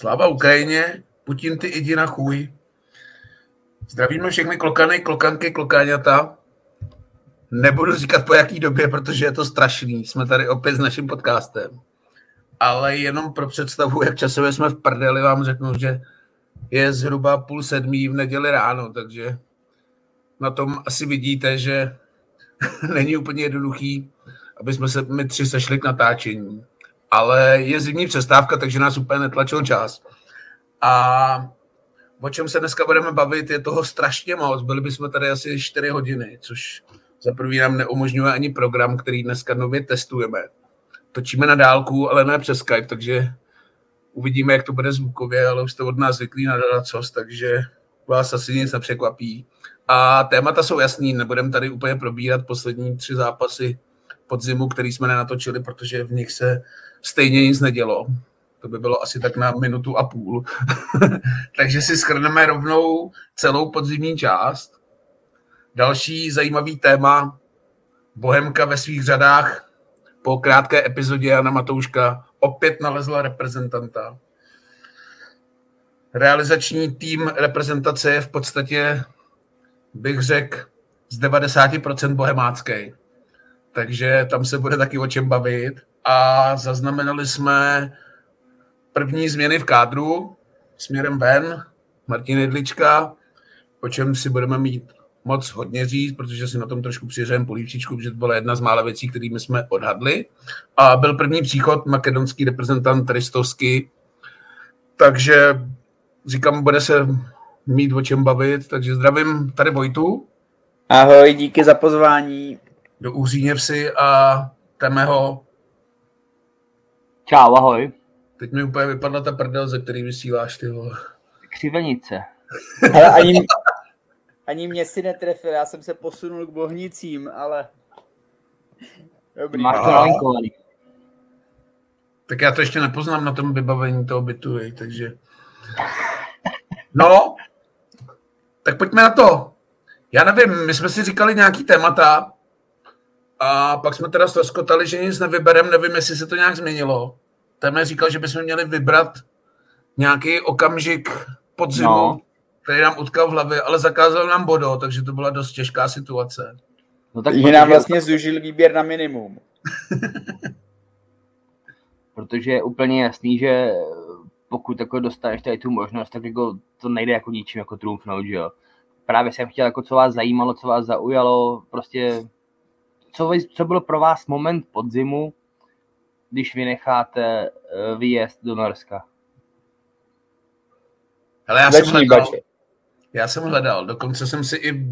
Sláva Ukrajině, Putin ty jdi na chůj. Zdravíme všechny klokany, klokanky, klokáňata. Nebudu říkat po jaký době, protože je to strašný. Jsme tady opět s naším podcastem. Ale jenom pro představu, jak časově jsme v prdeli, vám řeknu, že je zhruba 6:30 v neděli ráno, takže na tom asi vidíte, že není úplně jednoduchý, aby jsme se my tři sešli k natáčení. Ale je zimní přestávka, takže nás úplně netlačil čas. A o čem se dneska budeme bavit, je toho strašně moc. Byli bychom tady asi 4 hodiny, což za první nám neumožňuje ani program, který dneska nově testujeme. Točíme na dálku, ale ne přes Skype, takže uvidíme, jak to bude zvukově, ale už jste od nás zvyklí na dacos, takže vás asi nic nepřekvapí. A témata jsou jasný, nebudeme tady úplně probírat poslední 3 zápasy podzimu, který jsme nenatočili, protože v nich se stejně nic nedělo. To by bylo asi tak na 1,5 minuty. Takže si shrneme rovnou celou podzimní část. Další zajímavý téma. Bohemka ve svých řadách po krátké epizodě Jana Matouška opět nalezla reprezentanta. Realizační tým reprezentace je v podstatě, bych řekl, z 90% bohemácký. Takže tam se bude taky o čem bavit. A zaznamenali jsme první změny v kádru směrem ven. Martin Jedlička, o čem si budeme mít moc hodně říct, protože si na tom trošku přiřejeme polívčičku, protože to byla jedna z mála věcí, kterými jsme odhadli. A byl první příchod makedonský reprezentant Ristovský. Takže říkám, bude se mít o čem bavit. Takže zdravím tady Vojtu. Ahoj, díky za pozvání. Do Úříněvsi a Temeho. Čau, ahoj. Teď mi úplně vypadla ta prdel, ze který vysíláš, ty vole. Křivenice. Hele, ani mě si netrefil, já jsem se posunul k Bohnicím, ale... Dobrý. Máš to nalinkovaný. Tak já to ještě nepoznám na tom vybavení toho bytu, takže... No, tak pojďme na to. Já nevím, my jsme si říkali nějaký témata a pak jsme teda ztroskotali, že nic nevyberem, nevím, jestli se to nějak změnilo. Téma říkal, že bychom měli vybrat nějaký okamžik podzimu, který nám utkal v hlavě, ale zakázal nám Bodo, takže to byla dost těžká situace. No tak protože nám vlastně zužil výběr na minimum. Protože je úplně jasný, že pokud jako dostaneš tady tu možnost, tak jako to nejde jako ničím jako trumfnout, že jo. Právě jsem chtěl, jako co vás zajímalo, co vás zaujalo, prostě co bylo pro vás moment podzimu, když vynecháte výjezd do Norska? Hele, já jsem hledal, dokonce jsem si i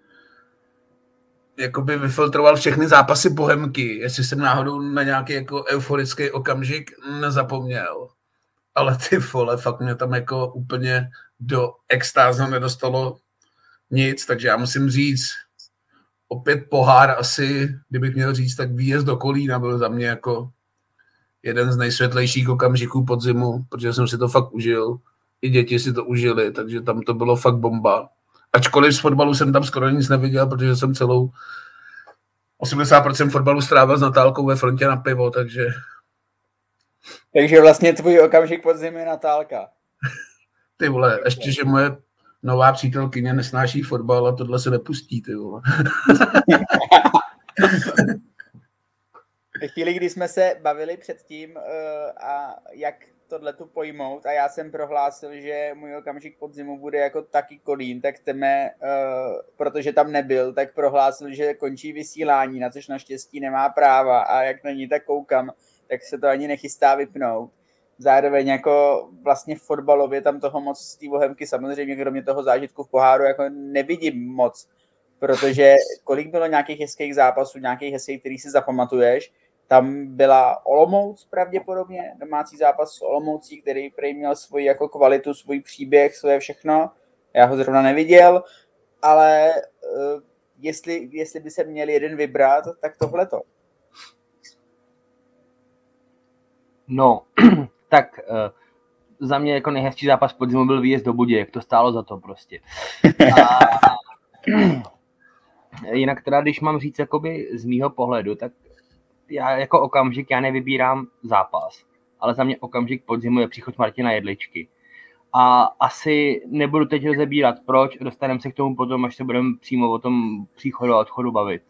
jakoby vyfiltroval všechny zápasy Bohemky, jestli jsem náhodou na nějaký jako euforický okamžik nezapomněl. Ale ty vole, fakt mě tam jako úplně do extáze nedostalo nic, takže já musím říct, opět pohár asi, kdybych měl říct, tak výjezd do Kolína byl za mě jako jeden z nejsvětlejších okamžiků podzimu, protože jsem si to fakt užil. I děti si to užili, takže tam to bylo fakt bomba. Ačkoliv z fotbalu jsem tam skoro nic neviděl, protože jsem celou 80% fotbalu strávil s Natálkou ve frontě na pivo, takže... Takže vlastně tvůj okamžik podzimu je Natálka. Ty vole, ještě, že moje nová přítelkyně nesnáší fotbal a tohle se nepustí, ty vole. Ve chvíli, kdy jsme se bavili předtím a jak tohleto pojmout a já jsem prohlásil, že můj okamžik podzimu bude jako taky Kolín, tak Teme, protože tam nebyl, tak prohlásil, že končí vysílání, na což naštěstí nemá práva a jak na ní tak koukám, tak se to ani nechystá vypnout. Zároveň jako vlastně fotbalově tam toho moc z té Bohemky samozřejmě kromě toho zážitku v poháru jako nevidím moc, protože kolik bylo nějakých hezkých zápasů, nějakých hezkých, který si zapamatuješ. Tam byla Olomouc pravděpodobně, domácí zápas s Olomoucí, který prý měl svoji jako kvalitu, svůj příběh, svoje všechno. Já ho zrovna neviděl, ale jestli by se měl jeden vybrat, tak tohleto. No, tak za mě jako nejhezčí zápas podzimu byl výjezd do Budějek, to stálo za to prostě. A jinak teda, když mám říct jakoby z mýho pohledu, tak já jako okamžik, já nevybírám zápas, ale za mě okamžik podzimu je příchod Martina Jedličky. A asi nebudu teď rozebírat proč, dostaneme se k tomu potom, až se budeme přímo o tom příchodu a odchodu bavit.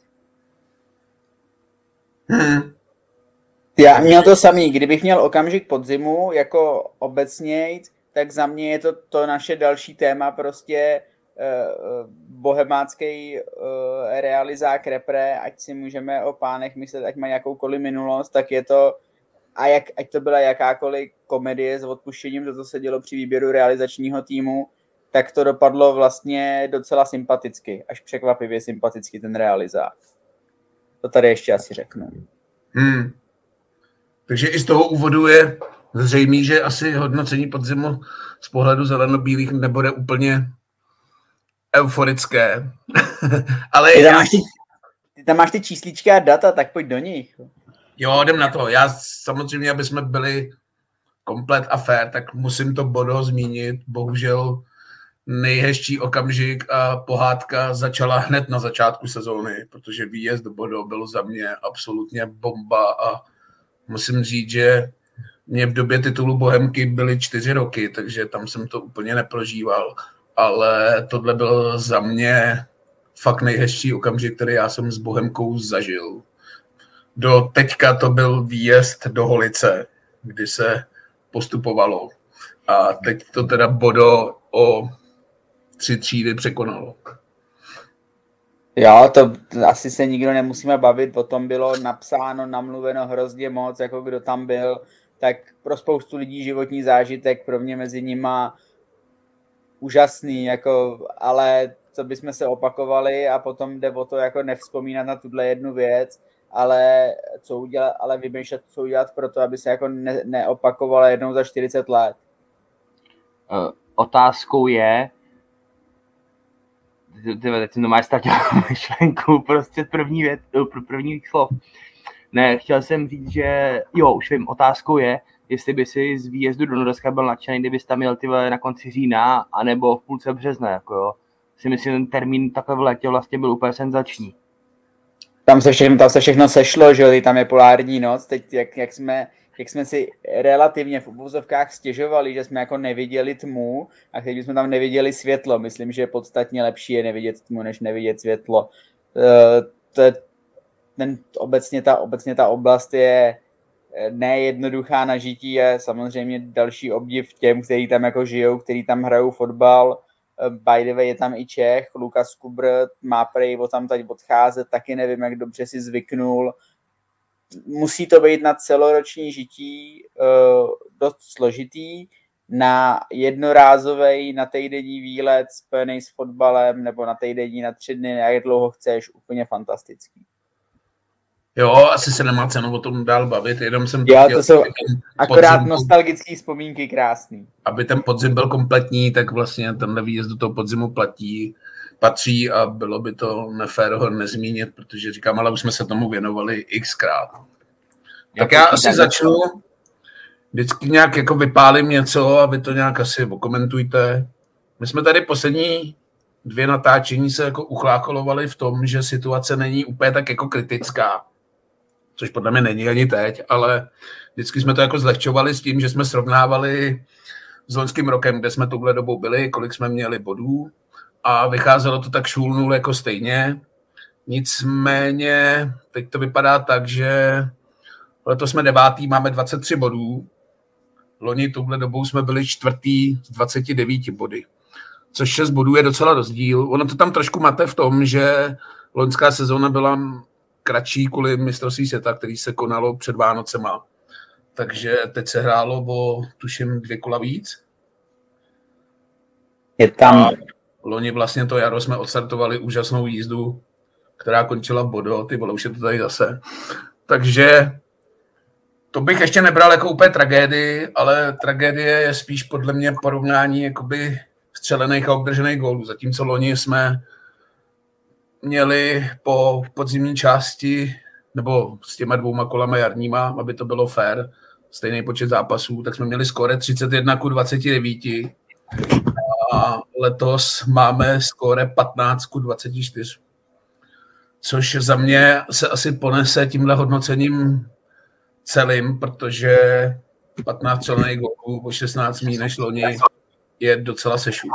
Já měl to samý, kdybych měl okamžik podzimu jako obecnějc, tak za mě je to naše další téma, prostě bohemácký realizák repre, ať si můžeme o pánech myslet, ať mají jakoukoliv minulost, tak je to, ať to byla jakákoliv komedie s odpuštěním, to se dělo při výběru realizačního týmu, tak to dopadlo vlastně docela sympaticky, až překvapivě sympaticky ten realizák. To tady ještě asi řeknu. Takže i z toho úvodu je zřejmý, že asi hodnocení podzimu z pohledu zelenobílých nebude úplně euforické. Ale ty tam máš ty čísličky a data, tak pojď do nich. Jo, jdem na to. Já samozřejmě, aby jsme byli komplet a fair, tak musím to Bodo zmínit. Bohužel nejhezčí okamžik a pohádka začala hned na začátku sezóny, protože výjezd do Bodo byl za mě absolutně bomba a musím říct, že mě v době titulu Bohemky byly 4 roky, takže tam jsem to úplně neprožíval, ale tohle byl za mě fakt nejhezčí okamžik, který já jsem s Bohemkou zažil. Do teďka to byl výjezd do Holice, kdy se postupovalo a teď to teda Bodo o 3 třídy překonalo. Jo, to asi se nikdo nemusíme bavit, o tom bylo napsáno, namluveno hrozně moc, jako kdo tam byl, tak pro spoustu lidí životní zážitek, pro mě mezi nima úžasný, jako, ale co bychom se opakovali a potom jde o to jako nevzpomínat na tuhle jednu věc, ale vymýšlet, co udělat pro to, aby se jako neopakovala jednou za 40 let. Otázkou je, teď jsem doma ztratil myšlenku, prostě prvních slov. Ne, chtěl jsem říct, že jo, už vím, otázkou je, jestli by si z výjezdu do Norska byl nadšený, kdybys tam měl na konci října, anebo v půlce března, jako jo. Si myslím, ten termín takhle v létě vlastně byl úplně senzační. Tam se všechno sešlo, že tam je polární noc, teď jak jsme si relativně v uvozovkách stěžovali, že jsme jako neviděli tmu a teď jsme tam neviděli světlo. Myslím, že je podstatně lepší je nevidět tmu, než nevidět světlo. Obecně ta oblast je nejednoduchá na žití a samozřejmě další obdiv těm, kteří tam jako žijou, kteří tam hrajou fotbal. By the way, je tam i Čech, Lukas Kubr, má prej tam tady odcházet, taky nevím, jak dobře si zvyknul. Musí to být na celoroční žití dost složitý, na jednorázovej, na týdenní výlet spojený s fotbalem nebo na týdenní, na 3 dny, jak dlouho chceš, úplně fantastický. Jo, asi se nemá cenu o tom dál bavit, jenom jsem to chtěl, to jsou akorát nostalgické vzpomínky krásný. Aby ten podzim byl kompletní, tak vlastně tenhle výjezd do toho podzimu patří a bylo by to nefér ho nezmínit, protože říkám, ale už jsme se tomu věnovali xkrát. Tak já asi začnu, vždycky nějak jako vypálím něco a vy to nějak asi okomentujte. My jsme tady poslední 2 natáčení se jako uchlácholovali v tom, že situace není úplně tak jako kritická, což podle mě není ani teď, ale vždycky jsme to jako zlehčovali s tím, že jsme srovnávali s loňským rokem, kde jsme touhle dobou byli, kolik jsme měli bodů a vycházelo to tak šůl jako stejně. Nicméně teď to vypadá tak, že letos jsme 9. máme 23 bodů, loni touhle dobou jsme byli 4. z 29 body, což 6 bodů je docela rozdíl. Ono to tam trošku mate v tom, že loňská sezóna byla kratší kvůli mistrovství světa, který se konalo před Vánocema. Takže teď se hrálo o, tuším, 2 kola víc. Je tam... A loni vlastně to jaro jsme odstartovali úžasnou jízdu, která končila Bodo, ty vole, už je to tady zase. Takže to bych ještě nebral jako úplně tragédii, ale tragédie je spíš podle mě porovnání jakoby střelených a obdržených gólů. Zatímco loni jsme měli po podzimní části, nebo s těma 2 kolama jarníma, aby to bylo fair, stejný počet zápasů, tak jsme měli skóre 31-29 a letos máme skóre 15-24. Což za mě se asi ponese tímhle hodnocením celým, protože 15 střelených gólů o 16 míň než loni je docela sešup.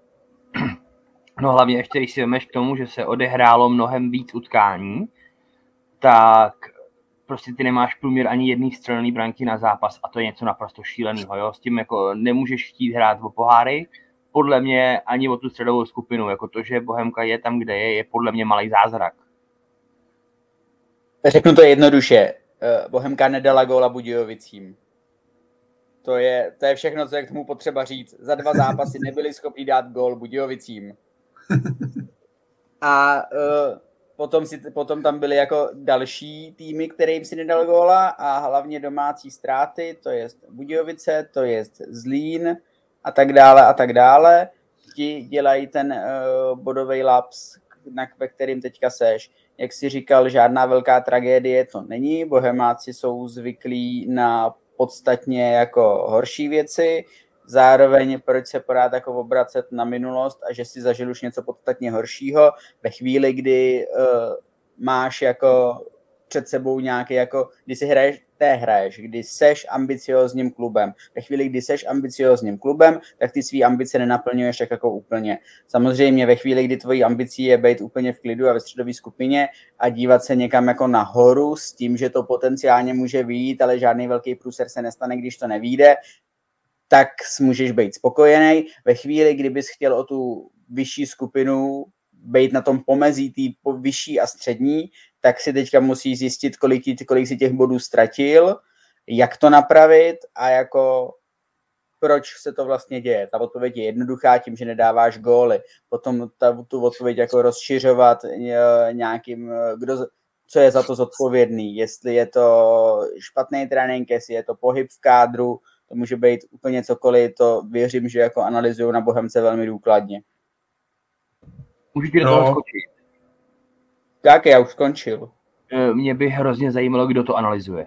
No hlavně ještě, když si vemeš k tomu, že se odehrálo mnohem víc utkání, tak prostě ty nemáš průměr ani jedný střelený branky na zápas a to je něco naprosto šíleného, jo? S tím jako nemůžeš chtít hrát o poháry, podle mě ani o tu středovou skupinu, jako to, že Bohemka je tam, kde je podle mě malý zázrak. Řeknu to jednoduše, Bohemka nedala góla Budějovicím. To je všechno, co je k tomu potřeba říct. Za 2 zápasy nebyli schopni dát gól Budějovicím. A potom tam byly jako další týmy, kterým si nedal góla a hlavně domácí ztráty, to je Budějovice, to je Zlín a tak dále. Ti dělají ten bodový laps, ve kterým teďka seš. Jak jsi říkal, žádná velká tragédie to není. Bohemáci jsou zvyklí na podstatně jako horší věci. Zároveň proč se pořád jako obracet na minulost a že si zažil už něco podstatně horšího ve chvíli, kdy máš jako před sebou nějaký jako, když si hraješ, kdy seš ambiciózním klubem. Ve chvíli, kdy seš ambiciózním klubem, tak ty svý ambice nenaplňuješ tak jako úplně. Samozřejmě ve chvíli, kdy tvojí ambicí je být úplně v klidu a ve středové skupině a dívat se někam jako nahoru s tím, že to potenciálně může vyjít, ale žádný velký průser se nestane, když to nevyjde, tak můžeš být spokojený. Ve chvíli, kdybys chtěl o tu vyšší skupinu být na tom pomezí té vyšší a střední, tak si teďka musíš zjistit, kolik si těch bodů ztratil, jak to napravit a jako proč se to vlastně děje. Ta odpověď je jednoduchá tím, že nedáváš góly. Potom tu odpověď jako rozšiřovat nějakým, co je za to zodpovědný. Jestli je to špatný trénink, jestli je to pohyb v kádru, to může být úplně cokoliv, to věřím, že jako analyzují na Bohemce velmi důkladně. Můžu ti do toho skočit? Tak, já už skončil. Mě by hrozně zajímalo, kdo to analyzuje.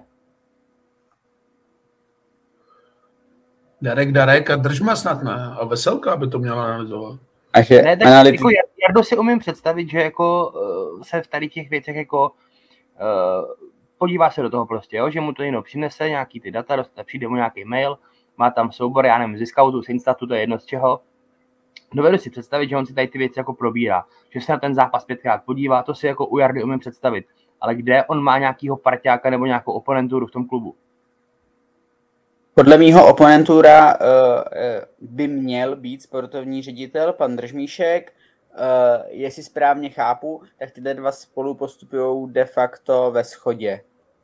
Darek a Držma snad ne. A Veselka by to měla analyzovat. Ne, tak jako Jardo si umím představit, že jako se v tady těch věcech jako podívá se do toho prostě, jo? Že mu to někdo přinese, nějaký ty data, přijde mu nějaký mail, má tam soubor, já nevím, ze Scoutu, z Instatu, to je jedno z čeho. Dovedu si představit, že on si tady ty věci jako probírá, že se na ten zápas 5krát podívá, to si jako u Jardy umím představit. Ale kde on má nějakýho parťáka nebo nějakou oponenturu v tom klubu? Podle mýho oponentura by měl být sportovní ředitel, pan Držmíšek. Jestli správně chápu, tak tyhle dva spolu postupují de facto ve shodě.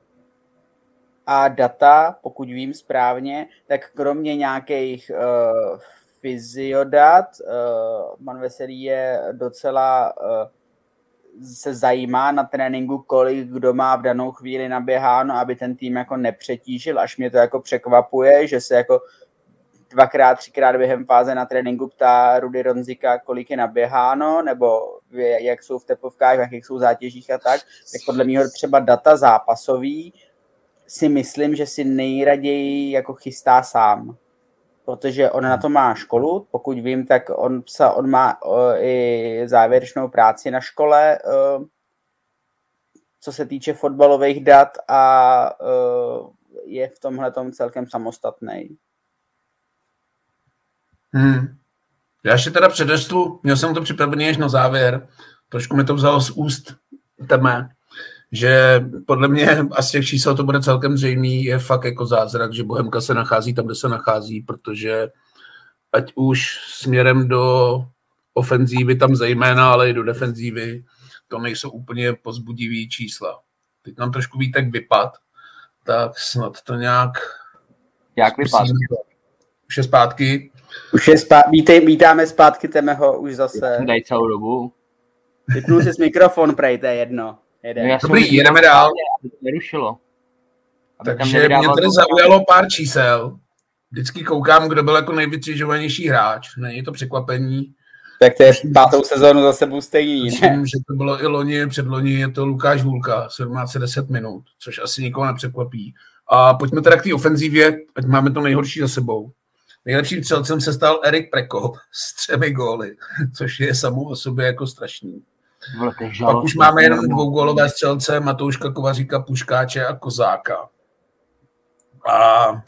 A data, pokud vím správně, tak kromě nějakých fyziodat, pan Veselý je docela se zajímá na tréninku, kolik kdo má v danou chvíli naběháno, aby ten tým jako nepřetížil, až mě to jako překvapuje, že se jako 2x, 3x během fáze na tréninku ptá Rudy Ronzika, kolik je naběháno, nebo jak jsou v tepovkách, v jakých jsou zátěžích a tak podle mého třeba data zápasový si myslím, že si nejraději jako chystá sám. Protože on na to má školu, pokud vím, tak on má i závěrečnou práci na škole, co se týče fotbalových dat a je v tomhletom celkem samostatný. Já ještě teda předešlu, měl jsem to připravený až na závěr, trošku mi to vzalo z úst teme, že podle mě a z těch čísel to bude celkem zřejmý, je fakt jako zázrak, že Bohemka se nachází tam, kde se nachází, protože ať už směrem do ofenzívy tam zejména, ale i do defenzívy, to nejsou úplně povzbudivý čísla. Teď nám trošku Vítek vypad, tak snad to nějak... Jak vypad? Už je zpátky. Vítáme zpátky Temeho už zase. Daj celou dobu. Vypnul si mikrofon, prej, to je jedno. Dobrý, jedeme dál. Nerušilo. Takže mě tady zaujalo pár čísel. Vždycky koukám, kdo byl jako nejvytřižovanější hráč. Není to překvapení. Tak to je 5. sezónu za sebou stejný. Myslím, že to bylo i loni, předloni je to Lukáš Hůlka, 1710 minut, což asi nikoho nepřekvapí. A pojďme teda k té ofenzívě, ať máme to nejhorší za sebou. Nejlepším střelcem se stal Erik Prekop s 3 góly, což je samo o sobě jako strašný. Pak už máme jenom 2gólové střelce, Matouška Kovaříka, Puškáče a Kozáka. A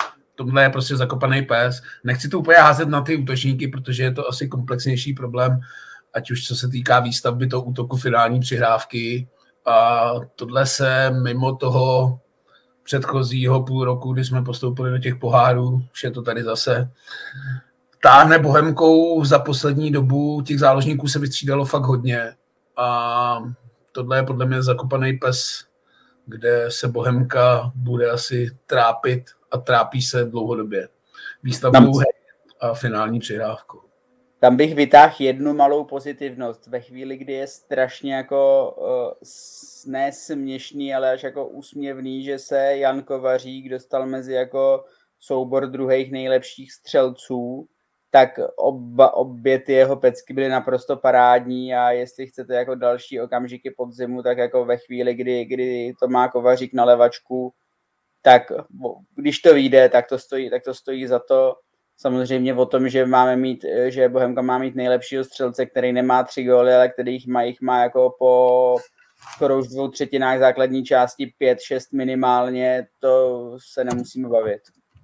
tohle je prostě zakopaný pes. Nechci to úplně házet na ty útočníky, protože je to asi komplexnější problém, ať už co se týká výstavby toho útoku finální přihrávky. A tohle se mimo toho předchozího půl roku, kdy jsme postoupili do těch pohárů, už je to tady zase, táhne Bohemkou za poslední dobu, těch záložníků se vystřídalo fakt hodně. A tohle je podle mě zakopaný pes, kde se Bohemka bude asi trápit a trápí se dlouhodobě. Výstavbou a finální přihrávkou. Tam bych vytáhl jednu malou pozitivnost. Ve chvíli, kdy je strašně jako ne směšný, ale až jako úsměvný, že se Jan Kovařík dostal mezi jako soubor druhých nejlepších střelců, tak obě ty jeho pecky byly naprosto parádní a jestli chcete jako další okamžiky podzimu, tak jako ve chvíli, kdy to má Kovařík na levačku, tak když to vyjde, tak to stojí za to. Samozřejmě o tom, že Bohemka má mít nejlepšího střelce, který nemá 3 góly, ale který jich má jako po skoro už 2/3 základní části 5-6 minimálně, to se nemusíme bavit.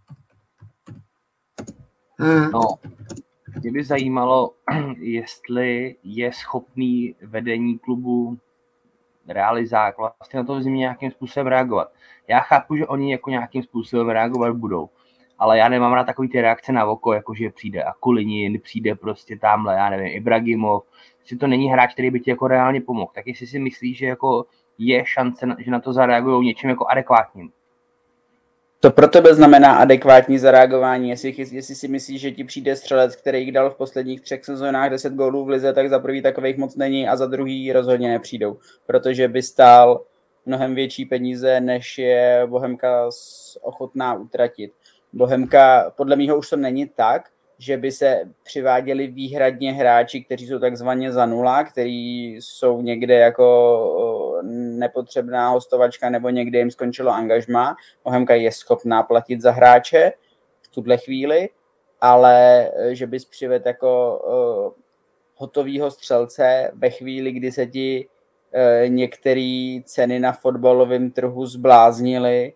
No, mě by zajímalo, jestli je schopný vedení klubu realizák vlastně na to v zimě nějakým způsobem reagovat. Já chápu, že oni jako nějakým způsobem reagovat budou, ale já nemám rád takový ty reakce na oko, jakože přijde Akulinin, přijde prostě tamhle, já nevím, Ibragimov, že to není hráč, který by ti jako reálně pomohl. Tak jestli si myslíš, že jako je šance, že na to zareagují něčím jako adekvátním. To pro tebe znamená adekvátní zareagování. Jestli si myslíš, že ti přijde střelec, který jich dal v posledních 3 sezónách 10 gólů v lize, tak za prvý takových moc není a za druhý rozhodně nepřijdou. Protože by stál mnohem větší peníze, než je Bohemka ochotná utratit. Bohemka, podle mýho už to není tak, že by se přiváděli výhradně hráči, kteří jsou takzvaně za nula, kteří jsou někde jako nepotřebná hostovačka nebo někde jim skončilo angažmá. Bohemka je schopná platit za hráče v tuhle chvíli, ale že bys přivedl jako hotovýho střelce ve chvíli, kdy se ti některé ceny na fotbalovém trhu zbláznily,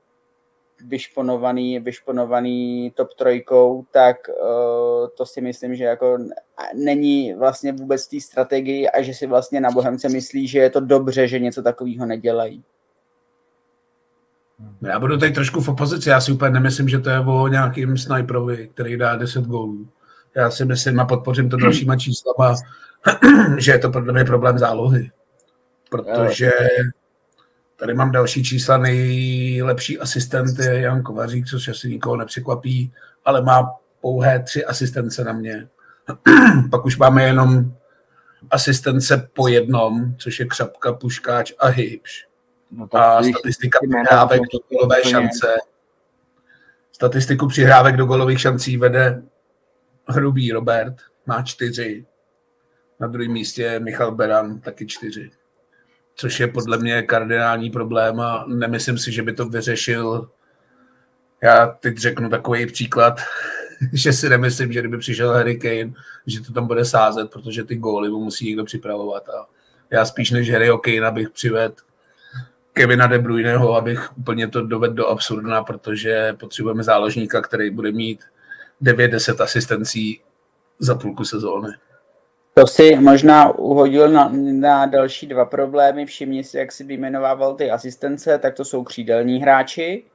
vyšponovaný top 3, tak to si myslím, že jako není vlastně vůbec v té strategii a že si vlastně na Bohemce myslí, že je to dobře, že něco takového nedělají. Já budu teď trošku v opozici, já si úplně nemyslím, že to je o nějakým snajperovi, který dá 10 gólů. Já si myslím a podpořím to dalšíma číslama, že je to podle mě problém zálohy. Protože tady mám další čísla, nejlepší asistent je Jan Kovařík, což asi nikoho nepřekvapí, ale má pouhé 3 asistence na mě. Pak už máme jenom asistence po jednom, což je Křapka, Puškáč a Hybš. No a statistika přihrávek do golové šance. Statistiku přihrávek do golových šancí vede Hrubý Robert, má 4. Na druhém místě je Michal Beran, taky 4. Což je podle mě kardinální problém a nemyslím si, že by to vyřešil. Já teď řeknu takový příklad, že si nemyslím, že kdyby přišel Harry Kane, že to tam bude sázet, protože ty góly mu musí někdo připravovat. A já spíš než Harryho Kanea bych přivedl Kevina De Bruyneho, abych úplně to dovedl do absurdna, protože potřebujeme záložníka, který bude mít 9-10 asistencí za půlku sezóny. To si možná uhodil na další 2 problémy. Všimni si, jak si vyjmenovával ty asistence, tak to jsou křídelní hráči.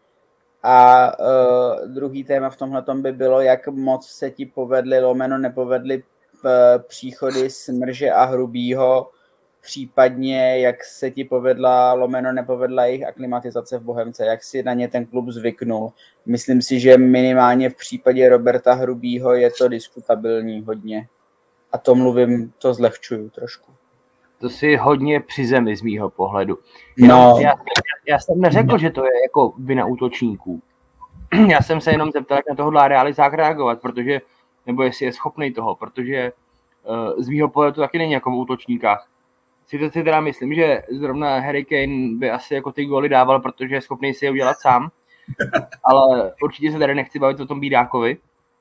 A druhý téma v tomhletom by bylo, jak moc se ti povedly, lomeno nepovedly příchody Smrže a Hrubýho, případně jak se ti povedla, lomeno nepovedla jejich aklimatizace v Bohemce, jak si na ně ten klub zvyknul. Myslím si, že minimálně v případě Roberta Hrubýho je to diskutabilní hodně. A to zlehčuju trošku. To si hodně při zemi z mýho pohledu. No. Já jsem neřekl, že to je jako vina útočníků. Já jsem se jenom zeptal, jak na to dá realizák reagovat, protože, nebo jestli je schopný toho, protože z mýho pohledu to taky není jako v útočníkách. Si teda myslím, že zrovna Harry Kane by asi jako ty góly dával, protože je schopný si je udělat sám, ale určitě se tady nechci bavit o tom Bídákovi.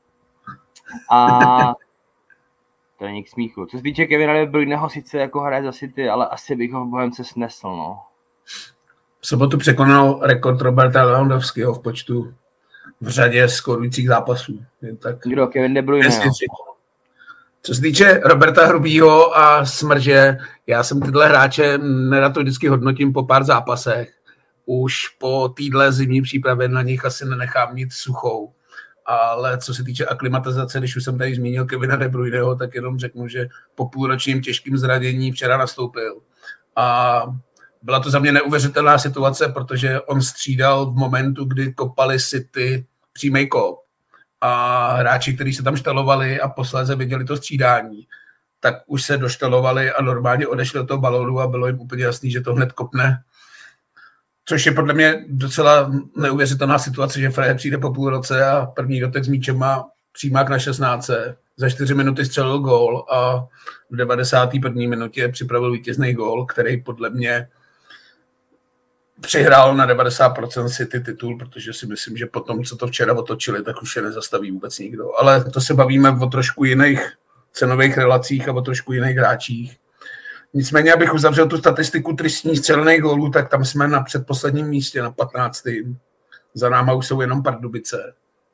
A to není k smíchu. Co se týče Kevina De Bruyneho, sice jako hraje za City, ale asi bych ho v Bohemce snesl, no. V sobotu překonal rekord Roberta Lewandowského v počtu v řadě skorujících zápasů. Tak, kdo? Kevin De Bruyne, jo. Co se týče Roberta Hrubýho a Smrže, já jsem tyhle hráče nerad to vždycky hodnotím po pár zápasech. Už po téhle zimní přípravě na nich asi nenechám nic suchou. Ale co se týče aklimatizace, když už jsem tady zmínil Kevina De Bruyneho, tak jenom řeknu, že po půlročním těžkým zranění včera nastoupil. A byla to za mě neuvěřitelná situace, protože on střídal v momentu, kdy kopali City přímý kop. A hráči, kteří se tam štalovali a posléze viděli to střídání, tak už se doštalovali a normálně odešli od toho balónu a bylo jim úplně jasný, že to hned kopne. Což je podle mě docela neuvěřitelná situace, že Frajer přijde po půl roce a první dotek s míčem má přímák na 16. Za 4 minuty střelil gól a v 91. minutě připravil vítězný gól, který podle mě přihrál na 90% City titul, protože si myslím, že po tom, co to včera otočili, tak už je nezastaví vůbec nikdo. Ale to se bavíme o trošku jiných cenových relacích a o trošku jiných hráčích. Nicméně, abych uzavřel tu statistiku tristních střelených gólů, tak tam jsme na předposledním místě, na 15. Za náma už jsou jenom Pardubice.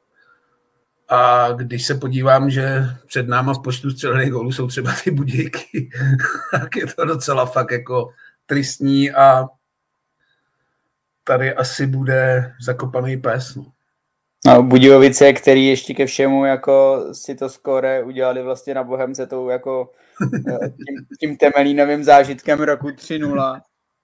A když se podívám, že před náma v počtu střelených gólů jsou třeba ty Budějky, tak je to docela fakt jako tristní a tady asi bude zakopaný pes. No, Budějovice, který ještě ke všemu jako si to skóre udělali vlastně na Bohemce tou jako tím Temelínovým zážitkem roku 3-0.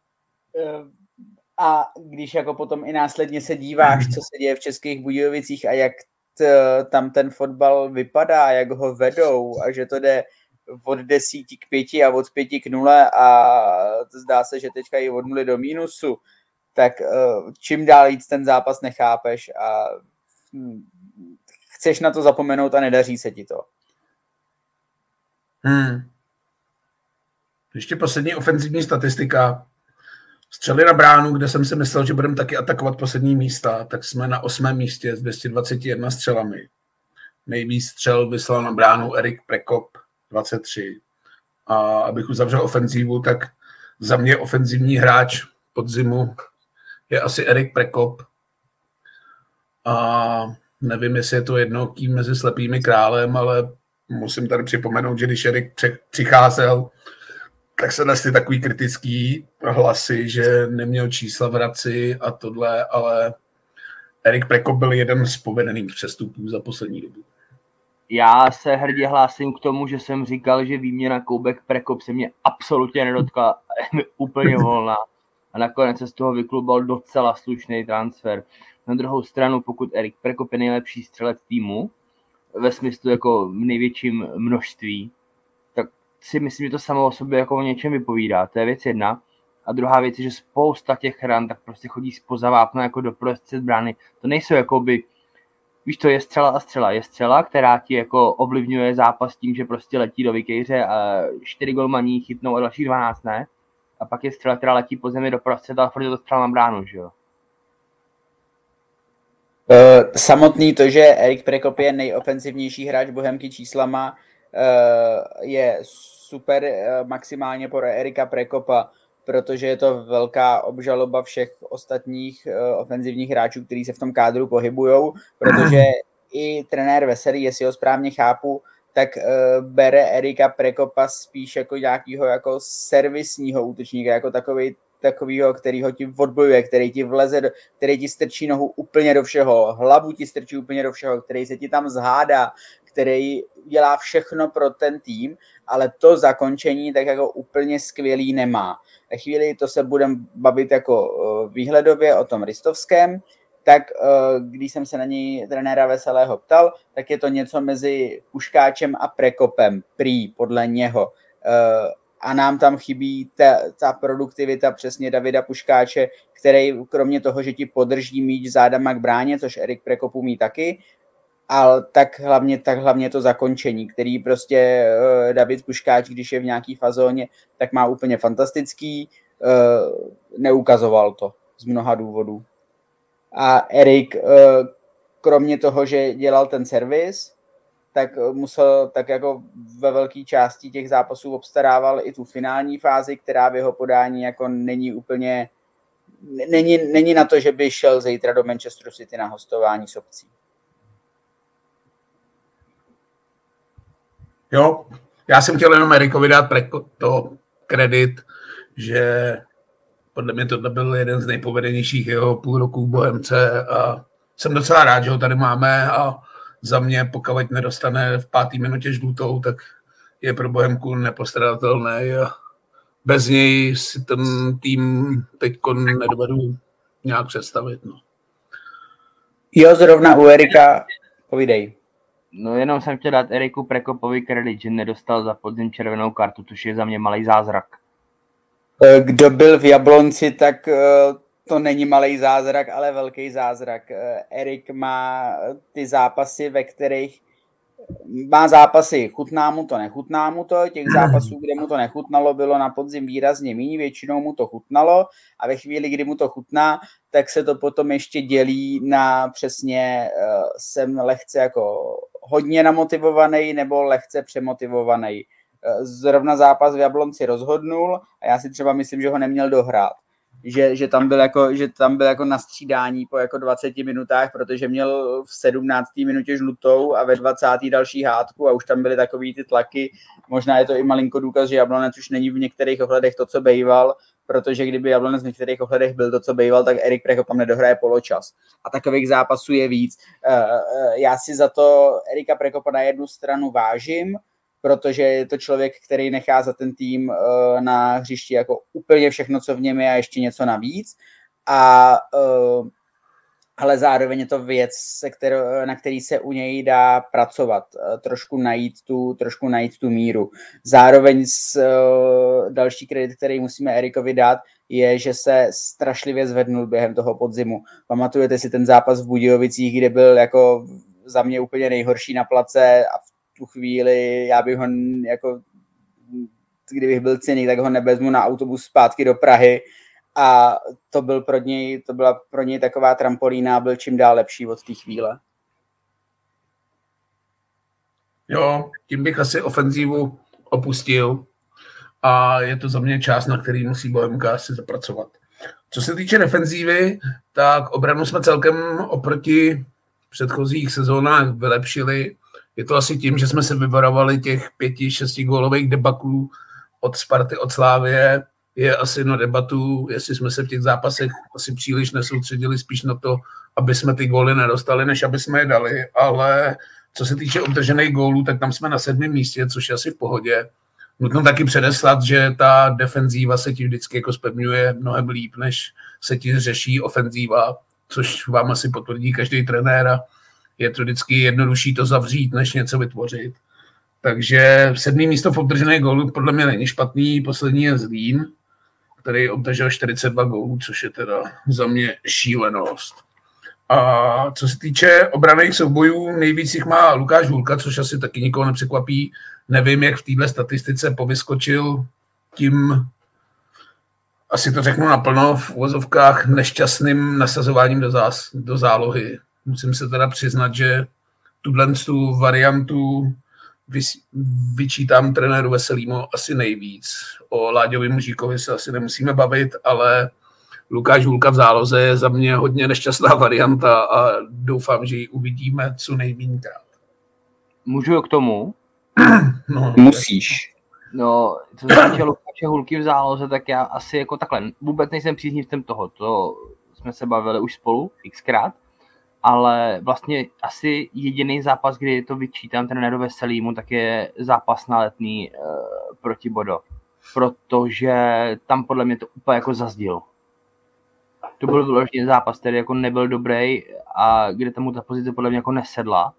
A když jako potom i následně se díváš, co se děje v Českých Budějovicích a jak tam ten fotbal vypadá, jak ho vedou a že to jde od 10 k 5 a od 5 k 0 a zdá se, že teďka i od 0 do mínusu, tak čím dál víc ten zápas nechápeš a chceš na to zapomenout a nedaří se ti to. Ještě poslední ofenzivní statistika. Střely na bránu, kde jsem si myslel, že budeme taky atakovat poslední místa, tak jsme na 8. místě s 221 střelami. Nejvíc střel vyslal na bránu Erik Prekop 23. A abych uzavřel ofenzívu, tak za mě ofenzivní hráč podzimu je asi Erik Prekop. A nevím, jestli je to jednoký mezi slepými králem, ale musím tady připomenout, že když Erik přicházel, tak se nesly takový kritický hlasy, že neměl čísla v Hradci a tohle, ale Erik Prekop byl jeden z povedených přestupů za poslední dobu. Já se hrdě hlásím k tomu, že jsem říkal, že výměna Koubek Prekop se mě absolutně nedotkla, je úplně volná. A nakonec se z toho vyklubal docela slušný transfer. Na druhou stranu, pokud Erik Prekop je nejlepší střelec týmu, ve smyslu jako v největším množství, tak si myslím, že to samo o sobě jako o něčem vypovídá. To je věc jedna. A druhá věc je, že spousta těch ran tak prostě chodí spoza vápna jako do prostřed brány. To nejsou jakoby, víš, to je střela a střela. Je střela, která ti jako ovlivňuje zápas tím, že prostě letí do vykejře a 4 golmaní chytnou a další 12 ne. A pak je střela, která letí po zemi do prostřed a furt je to střela na bránu, že jo? Samotný to, že Erik Prekop je nejofenzivnější hráč Bohemky číslama, je super maximálně pro Erika Prekopa, protože je to velká obžaloba všech ostatních ofenzivních hráčů, kteří se v tom kádru pohybujou, protože i trenér Veselý, jestli ho správně chápu, tak bere Erika Prekopa spíš jako nějakého jako servisního útočníka, jako takovýho, který ho ti odbojuje, který ti vleze, který ti strčí nohu úplně do všeho, hlavu ti strčí úplně do všeho, který se ti tam zhádá, který dělá všechno pro ten tým, ale to zakončení tak jako úplně skvělý nemá. Ve chvíli to se budeme bavit jako výhledově o tom Ristovském, tak když jsem se na něj trenéra Veselého ptal, tak je to něco mezi Puškáčem a Prekopem, prý podle něho. A nám tam chybí ta produktivita přesně Davida Puškáče, který kromě toho, že ti podrží míč zádama k bráně, což Erik Prekop umí taky, ale tak hlavně to zakončení, který prostě David Puškáč, když je v nějaký fazóně, tak má úplně fantastický, neukazoval to z mnoha důvodů. A Erik, kromě toho, že dělal ten servis, tak musel tak jako ve velké části těch zápasů obstarával i tu finální fázi, která v jeho podání jako není úplně není na to, že by šel zítra do Manchesteru City na hostování s opcí. Jo, já jsem chtěl jenom Erikovi dát to kredit, že podle mě tohle byl jeden z nejpovedenějších jeho půl roku v Bohemce a jsem docela rád, že ho tady máme a za mě, pokud nedostane v 5. minutě žlutou, tak je pro Bohemku nepostradatelný a bez něj si ten tým teďko nedovedu nějak představit. No. Jo, zrovna u Erika, povídej. No jenom jsem chtěl dát Eriku Prekopovi kredit, že nedostal za podzim červenou kartu, což je za mě malý zázrak. Kdo byl v Jablonci, tak to není malý zázrak, ale velký zázrak. Erik má ty zápasy, ve kterých má zápasy, chutná mu to, nechutná mu to, těch zápasů, kde mu to nechutnalo, bylo na podzim výrazně méně, většinou mu to chutnalo a ve chvíli, kdy mu to chutná, tak se to potom ještě dělí na přesně jsem lehce jako hodně namotivovaný nebo lehce přemotivovaný. Zrovna zápas v Jablonci rozhodnul a já si třeba myslím, že ho neměl dohrát. Že tam byl jako na střídání po jako 20 minutách, protože měl v 17. minutě žlutou a ve 20. další hádku a už tam byly takový ty tlaky. Možná je to i malinko důkaz, že Jablonec už není v některých ohledech to, co bejval, protože kdyby Jablonec v některých ohledech byl to, co bejval, tak Erik Prekop tam nedohraje poločas. A takových zápasů je víc. Já si za to Erika Prekopa na jednu stranu vážím, protože je to člověk, který nechá za ten tým na hřišti jako úplně všechno, co v něm je a ještě něco navíc. Ale zároveň je to věc, na který se u něj dá pracovat, trošku najít tu míru. Zároveň další kredit, který musíme Erikovi dát, je, že se strašlivě zvednul během toho podzimu. Pamatujete si ten zápas v Budějovicích, kde byl jako za mě úplně nejhorší na place a tu chvíli, já bych ho jako, kdybych byl Cynik, tak ho nevezmu na autobus zpátky do Prahy a to byla pro něj taková trampolína a byl čím dál lepší od té chvíle. Jo, tím bych asi ofenzívu opustil a je to za mě část, na který musí Bohemka asi zapracovat. Co se týče defenzívy, tak obranu jsme celkem oproti předchozích sezónách vylepšili. Je to asi tím, že jsme se vyvarovali těch 5-6 gólových debaklů od Sparty, od Slávie. Je asi na debatu, jestli jsme se v těch zápasech asi příliš nesoustředili spíš na to, aby jsme ty góly nedostali, než aby jsme je dali. Ale co se týče obdržených gólů, tak tam jsme na 7. místě, což je asi v pohodě. Nutno taky předeslat, že ta defenzíva se ti vždycky jako zpevňuje mnohem líp, než se ti řeší ofenzíva, což vám asi potvrdí každý trenér. Je to vždycky jednodušší to zavřít, než něco vytvořit. Takže 7. místo v obdržených gólů podle mě není špatný. Poslední je Zlín, který obdržel 42 gólů, což je teda za mě šílenost. A co se týče obranných soubojů, nejvíc jich má Lukáš Hůlka, což asi taky nikoho nepřekvapí. Nevím, jak v této statistice povyskočil tím, asi to řeknu naplno, v uvozovkách nešťastným nasazováním do zálohy. Musím se teda přiznat, že tu variantu vyčítám trenéru Veselýmu asi nejvíc. O Láďovi Mužíkovi se asi nemusíme bavit, ale Lukáš Hůlka v záloze je za mě hodně nešťastná varianta a doufám, že ji uvidíme co nejmínkrát. Můžu k tomu? No, musíš. No, co se týče Lukáše Hůlky v záloze, tak já asi jako takhle, vůbec nejsem příznivcem toho, to jsme se bavili už spolu xkrát, ale vlastně asi jediný zápas, kdy to vyčítám trenéru Veselýmu, tak je zápas na Letný proti Bodo, protože tam podle mě to úplně jako zazdil. To byl vyložený zápas, který jako nebyl dobrý a kde tomu ta pozice podle mě jako nesedla.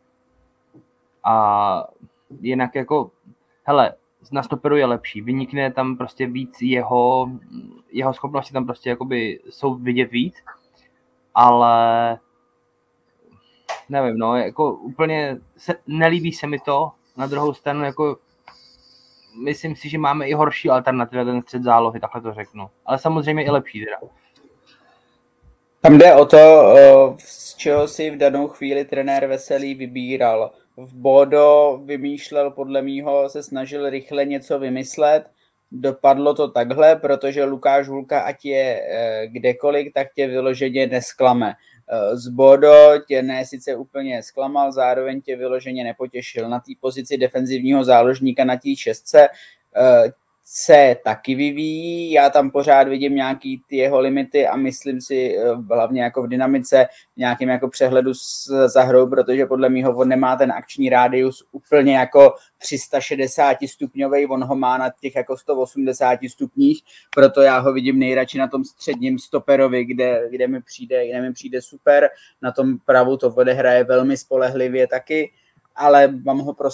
A jinak jako, hele, na stoperu je lepší, vynikne tam prostě víc jeho schopnosti, tam prostě jakoby jsou vidět víc, ale nevím, no, jako úplně nelíbí se mi to, na druhou stranu jako myslím si, že máme i horší alternativy ten střed zálohy, takhle to řeknu, ale samozřejmě i lepší teda. Tam jde o to, z čeho si v danou chvíli trenér Veselý vybíral. V Bodo vymýšlel, podle mýho, se snažil rychle něco vymyslet. dopadlo to takhle, protože Lukáš Hulka, ať je kdekoliv, tak tě vyloženě nesklame. Z Bodo tě ne sice úplně zklamal, zároveň tě vyloženě nepotěšil. Na té pozici defenzivního záložníka na té šestce se taky vyvíjí, já tam pořád vidím nějaký ty jeho limity a myslím si hlavně jako v dynamice, v nějakém jako přehledu za hrou, protože podle mýho on nemá ten akční rádius úplně jako 360 stupňovej, on ho má na těch jako 180 stupních, proto já ho vidím nejradši na tom středním stoperovi, kde mi přijde super, na tom pravu to odehraje velmi spolehlivě taky, ale mám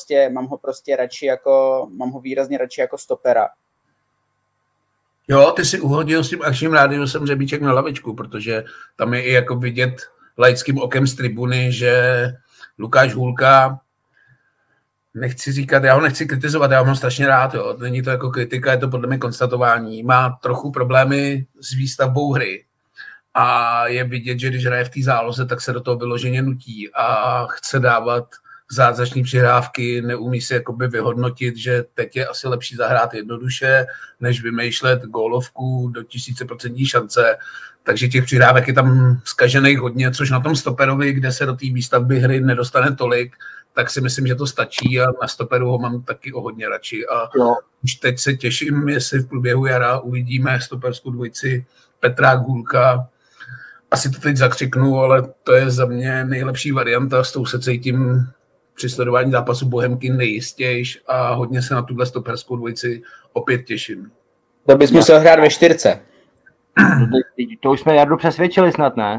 ho výrazně radši jako stopera. Jo, ty si uhodil s tím akčním rádiusem Řebíček na lavičku, protože tam je i jako vidět laickým okem z tribuny, že Lukáš Hulka, nechci říkat, já ho nechci kritizovat, já ho mám strašně rád, jo. Není to jako kritika, je to podle mě konstatování. Má trochu problémy s výstavbou hry a je vidět, že když hraje v té záloze, tak se do toho vyloženě nutí a chce dávat zázrační přihrávky, neumí si jakoby vyhodnotit, že teď je asi lepší zahrát jednoduše, než vymýšlet gólovku do 1000% šance. Takže těch přihrávek je tam zkažených hodně, což na tom stoperovi, kde se do té výstavby hry nedostane tolik, tak si myslím, že to stačí a na stoperu ho mám taky o hodně radši. A už teď se těším, jestli v průběhu jara uvidíme stoperskou dvojici Petrák Hulka. Asi to teď zakřiknu, ale to je za mě nejlepší varianta, s tou se cítím při sledování zápasu Bohemky nejistějš a hodně se na tuhle stoperskou dvojici opět těším. To bys musel hrát ve 4. To už jsme Jardu přesvědčili snad, ne?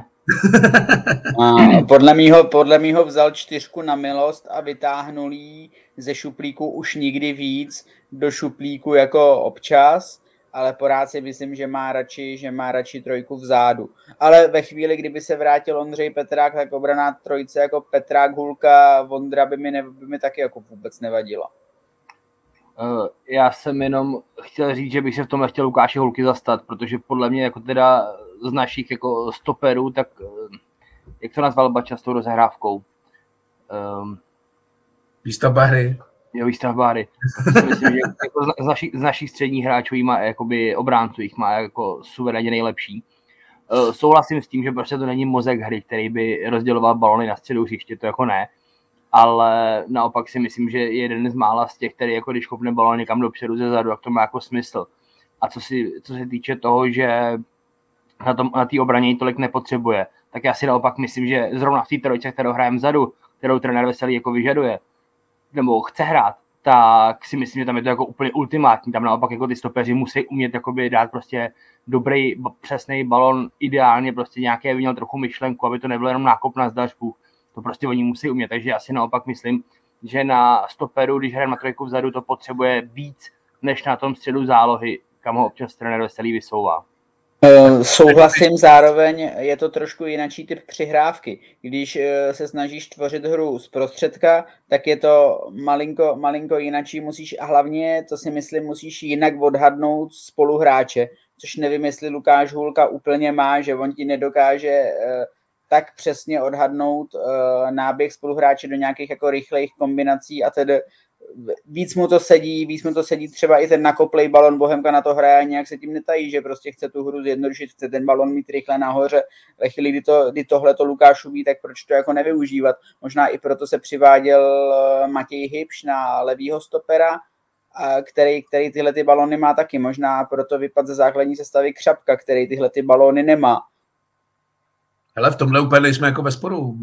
Podle mýho vzal 4 na milost a vytáhnul jí ze šuplíku už nikdy víc do šuplíku jako občas, ale pořád si myslím, že má radši 3 vzadu. Ale ve chvíli, kdyby se vrátil Ondřej Petrák, tak obraná trojice jako Petrák, Hulka, Vondra by mi taky jako vůbec nevadila. Já jsem jenom chtěl říct, že bych se v tomhle chtěl Lukáše Hulky zastat, protože podle mě jako teda z našich jako stoperů, tak jak to nazval Bača s tou rozehrávkou? Výstavba hry. Jo, výstavba hry. Myslím, že jako z našich středních hráčů má jakoby obránců, jich má jako suverénně nejlepší. Souhlasím s tím, že prostě to není mozek hry, který by rozděloval balony na středu hřiště, to jako ne. Ale naopak si myslím, že je jeden z mála z těch, který jako když kopne balon někam dopředu ze zadu, tak to má jako smysl. A co se týče toho, že na té obraně tolik nepotřebuje, tak já si naopak myslím, že zrovna v té trojice, kterou hrajeme vzadu, kterou trenér Veselý jako vyžaduje, nebo chce hrát, tak si myslím, že tam je to jako úplně ultimátní. Tam naopak jako ty stopeři musí umět jakoby dát prostě dobrý, přesný balon, ideálně prostě nějaké měl trochu myšlenku, aby to nebylo jenom nákop na zdařku. To prostě oni musí umět, takže já si naopak myslím, že na stoperu, když hrajeme na trojku vzadu, to potřebuje víc, než na tom středu zálohy, kam ho občas trenér Veselý vysouvá. Souhlasím, zároveň je to trošku jinačí typ přihrávky. Když se snažíš tvořit hru z prostředka, tak je to malinko jinačí, a hlavně, to si myslím, musíš jinak odhadnout spoluhráče, což nevím, jestli Lukáš Hulka úplně má, že on ti nedokáže tak přesně odhadnout náběh spoluhráče do nějakých jako rychlejch kombinací a tedy víc mu to sedí třeba i ten nakoplej balon, Bohemka na to hraje a nějak se tím netají, že prostě chce tu hru zjednodušit, chce ten balon mít rychle nahoře. Ve chvíli, kdy tohle to Lukáš ví, tak proč to jako nevyužívat? Možná i proto se přiváděl Matěj Hybš na levýho stopera, který tyhle ty balony má taky. Možná proto vypad ze základní sestavy Křapka, který tyhle ty balony nemá. Hele, v tomhle úplně nejsme jako ve sporu.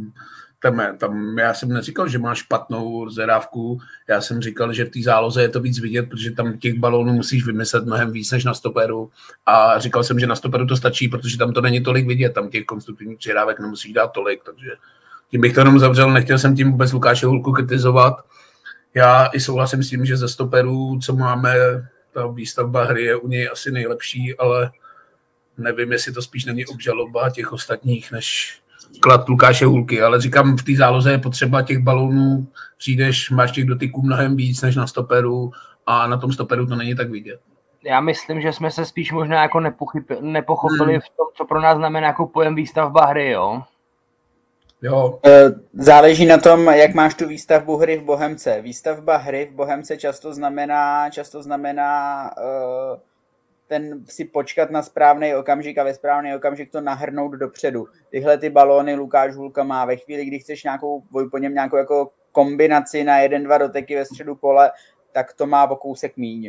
Tam já jsem neříkal, že má špatnou rozehrávku, já jsem říkal, že v té záloze je to víc vidět, protože tam těch balónů musíš vymyslet mnohem víc než na stoperu a říkal jsem, že na stoperu to stačí, protože tam to není tolik vidět, tam těch konstruktivních přihrávek nemusíš dát tolik, takže tím bych to jenom zavřel, nechtěl jsem tím vůbec Lukáše Hulku kritizovat. Já i souhlasím s tím, že ze stoperů, co máme, ta výstavba hry je u něj asi nejlepší, ale nevím, jestli to spíš není obžaloba těch ostatních, než klad Lukáše Hulky, ale říkám, v té záloze je potřeba těch balónů, přijdeš, máš těch dotyků mnohem víc než na stoperu a na tom stoperu to není tak vidět. Já myslím, že jsme se spíš možná jako nepochopili v tom, co pro nás znamená jako pojem výstavba hry, jo? Jo. Záleží na tom, jak máš tu výstavbu hry v Bohemce. Výstavba hry v Bohemce často znamená ten si počkat na správný okamžik a ve správný okamžik to nahrnout dopředu. Tyhle ty balóny Lukáš Hulka má ve chvíli, kdy chceš po něm nějakou jako kombinaci na 1-2 doteky ve středu pole, tak to má o kousek míň.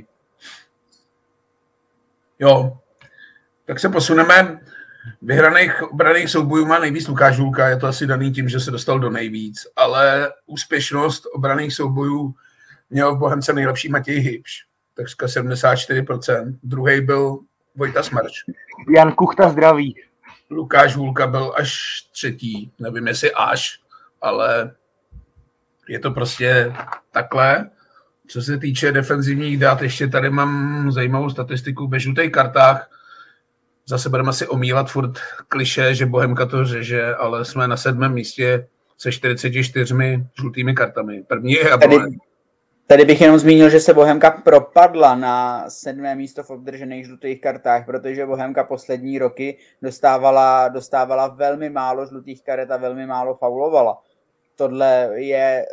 Jo, tak se posuneme. Vyhraných obraných soubojů má nejvíc Lukáš Hulka, je to asi daný tím, že se dostal do nejvíc, ale úspěšnost obraných soubojů měl v Bohemce nejlepší Matěj Hybš, takřka 74%. Druhý byl Vojta Smrč. Jan Kuchta zdraví. Lukáš Hulka byl až třetí, nevím jestli až, ale je to prostě takhle. Co se týče defenzivních dat, ještě tady mám zajímavou statistiku ve žlutých kartách. Zase budeme si omílat furt klišé, že Bohemka to řeže, ale jsme na 7. místě se 44 žlutými kartami. První je Jablonec. Tady bych jenom zmínil, že se Bohemka propadla na 7. místo v obdržených žlutých kartách, protože Bohemka poslední roky dostávala velmi málo žlutých karet a velmi málo faulovala. Tohle je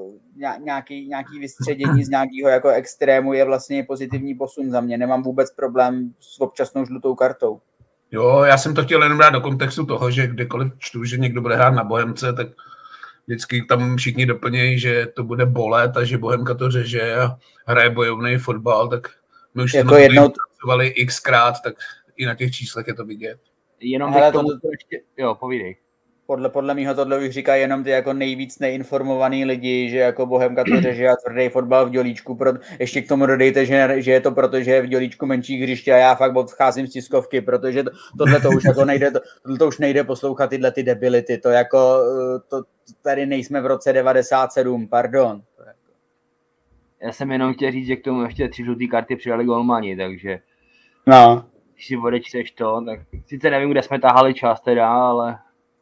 nějaký vystředění z nějakého jako extrému, je vlastně pozitivní posun za mě. Nemám vůbec problém s občasnou žlutou kartou. Jo, já jsem to chtěl jenom dát do kontextu toho, že kdykoliv čtu, že někdo bude hrát na Bohemce, tak vždycky tam všichni doplnějí, že to bude bolet a že Bohemka to řeže a hraje bojovný fotbal, tak my už jako jsme pracovali xkrát, tak i na těch číslech je to vidět. Jenom bych tomu ještě... Jo, povídej. Podle mýho tohle už říká jenom ty jako nejvíc neinformovaný lidi, že jako Bohemka to řeže a tvrdý fotbal v Dělíčku. Ještě k tomu dodejte, že je to proto, že je v Dělíčku menší hřiště a já fakt odcházím z tiskovky, protože tohle to už jako nejde, tohle to už nejde poslouchat tyhle ty debility. To jako, to tady nejsme v roce 97, pardon. Já jsem jenom chtěl říct, že k tomu ještě 3 žlutý karty přidali golmani, takže no. Když si odečteš to, tak sice nevím, kde jsme tahali čas teda, ale...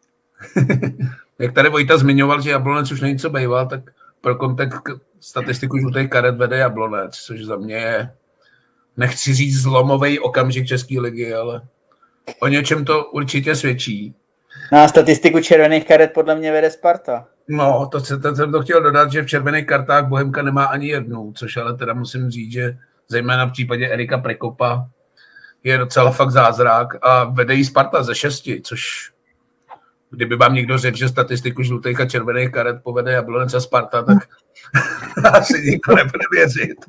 Jak tady Vojta zmiňoval, že Jablonec už není co bejval, tak pro kontext statistiku žlutých karet vede Jablonec, což za mě je, nechci říct zlomový okamžik České ligy, ale o něčem to určitě svědčí. Na statistiku červených karet podle mě vede Sparta. No, to jsem to chtěl dodat, že v červených kartách Bohemka nemá ani jednu, což ale teda musím říct, že zejména v případě Erika Prekopa je docela fakt zázrak a vede jí Sparta ze 6, což kdyby vám někdo řekl, že statistiku žlutých a červených karet povede Jablonec a Sparta, tak asi nikdo nebude věřit.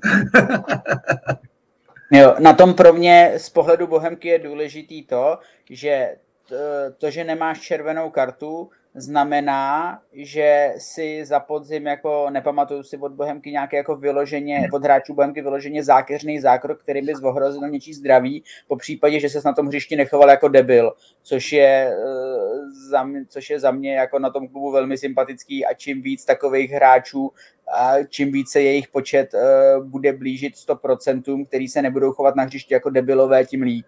Jo, na tom pro mě z pohledu Bohemky je důležitý to, že nemáš červenou kartu, znamená, že si za podzim jako nepamatuju si od Bohemky nějaké jako vyloženě, od hráčů Bohemky vyloženě zákeřný zákrok, který by zohrozil něčí zdraví, po případě, že ses na tom hřišti nechoval jako debil, což je za mě jako na tom klubu velmi sympatický a čím víc takových hráčů a čím více jejich počet bude blížit 100%, který se nebudou chovat na hřišti jako debilové, tím líp.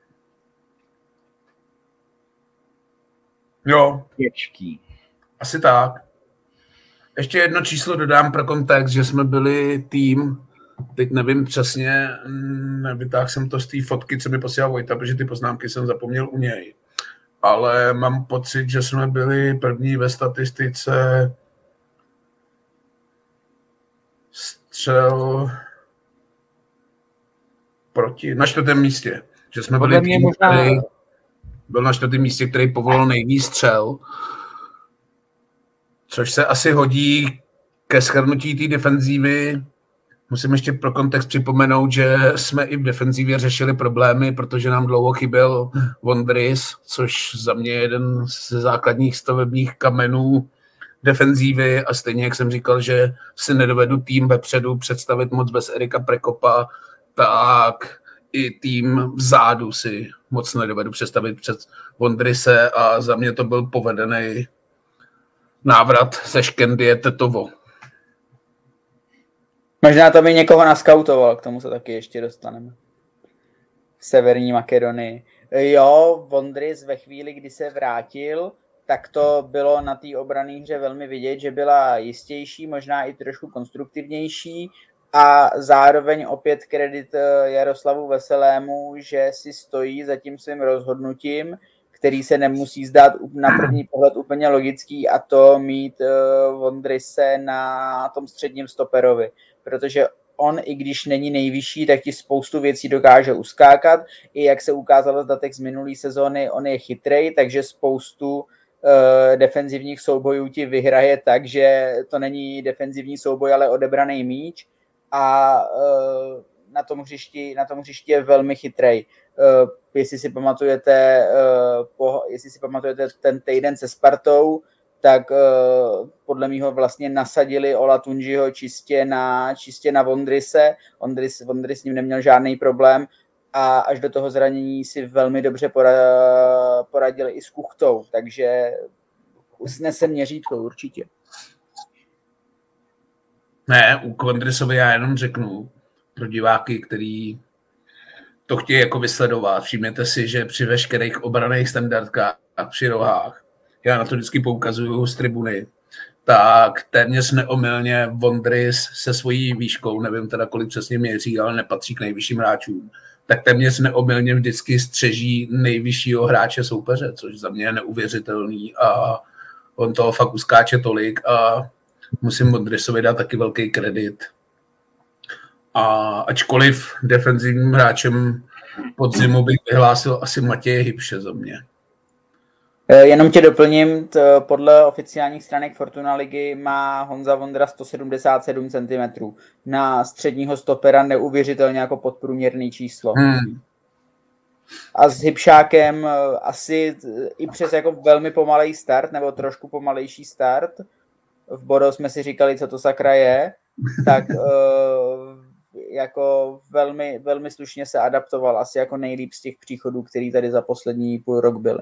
Jo. Těžký. Asi tak. Ještě jedno číslo dodám pro kontext, že jsme byli tým, teď nevím přesně, nevytáhl jsem to z té fotky, co mi posílal Vojta, protože ty poznámky jsem zapomněl u něj. Ale mám pocit, že jsme byli první ve statistice střel na 4. místě. Že jsme byli tým, který byl na 4. místě, který povolil nejvíc střel, což se asi hodí ke shrnutí té defenzívy. Musím ještě pro kontext připomenout, že jsme i v defenzívě řešili problémy, protože nám dlouho chyběl Vondris, což za mě je jeden ze základních stavebních kamenů defenzívy a stejně, jak jsem říkal, že si nedovedu tým vepředu představit moc bez Erika Prekopa, tak i tým vzadu si moc nedovedu představit před Vondrise a za mě to byl povedený návrat ze Škendie Tetovo. Možná to by někoho naskautoval, k tomu se taky ještě dostaneme. V Severní Makedonii. Jo, Vondris ve chvíli, kdy se vrátil, tak to bylo na té obranné hře velmi vidět, že byla jistější, možná i trošku konstruktivnější a zároveň opět kredit Jaroslavu Veselému, že si stojí za tím svým rozhodnutím, který se nemusí zdát na první pohled úplně logický, a to mít Vondrise na tom středním stoperovi, protože on, i když není nejvyšší, tak ti spoustu věcí dokáže uskákat. I jak se ukázalo z datek z minulé sezóny, on je chytrej, takže spoustu defenzivních soubojů ti vyhraje tak, že to není defenzivní souboj, ale odebraný míč, a na tom hřišti je velmi chytrej. Jestli si pamatujete ten týden se Spartou, tak podle mýho vlastně nasadili Ola Tunžiho čistě na Vondrise. Vondris s ním neměl žádný problém a až do toho zranění si velmi dobře poradili i s Kuchtou, takže snese měřítko určitě. Ne, u Vondrisovi já jenom řeknu pro diváky, který to chtějí jako vysledovat. Všimněte si, že při veškerých obranných standardkách a při rohách, já na to vždycky poukazuju z tribuny, tak téměř neomylně Vondris se svojí výškou, nevím teda kolik přesně měří, ale nepatří k nejvyšším hráčům, tak téměř neomylně vždycky střeží nejvyššího hráče soupeře, což za mě je neuvěřitelný a on toho fakt uskáče tolik a musím Vondrisovi dát taky velký kredit. A ačkoliv defenzivním hráčem podzimu bych vyhlásil asi Matěje Hybše za mě. Jenom tě doplním, podle oficiálních stránek Fortuna ligy má Honza Vondra 177 cm. Na středního stopera neuvěřitelně jako podprůměrný číslo. A s Hybšákem asi i přes jako velmi pomalej start, nebo trošku pomalejší start, v Bodo jsme si říkali, co to sakra je, tak jako velmi, velmi slušně se adaptoval, asi jako nejlíp z těch příchodů, který tady za poslední půl rok byly.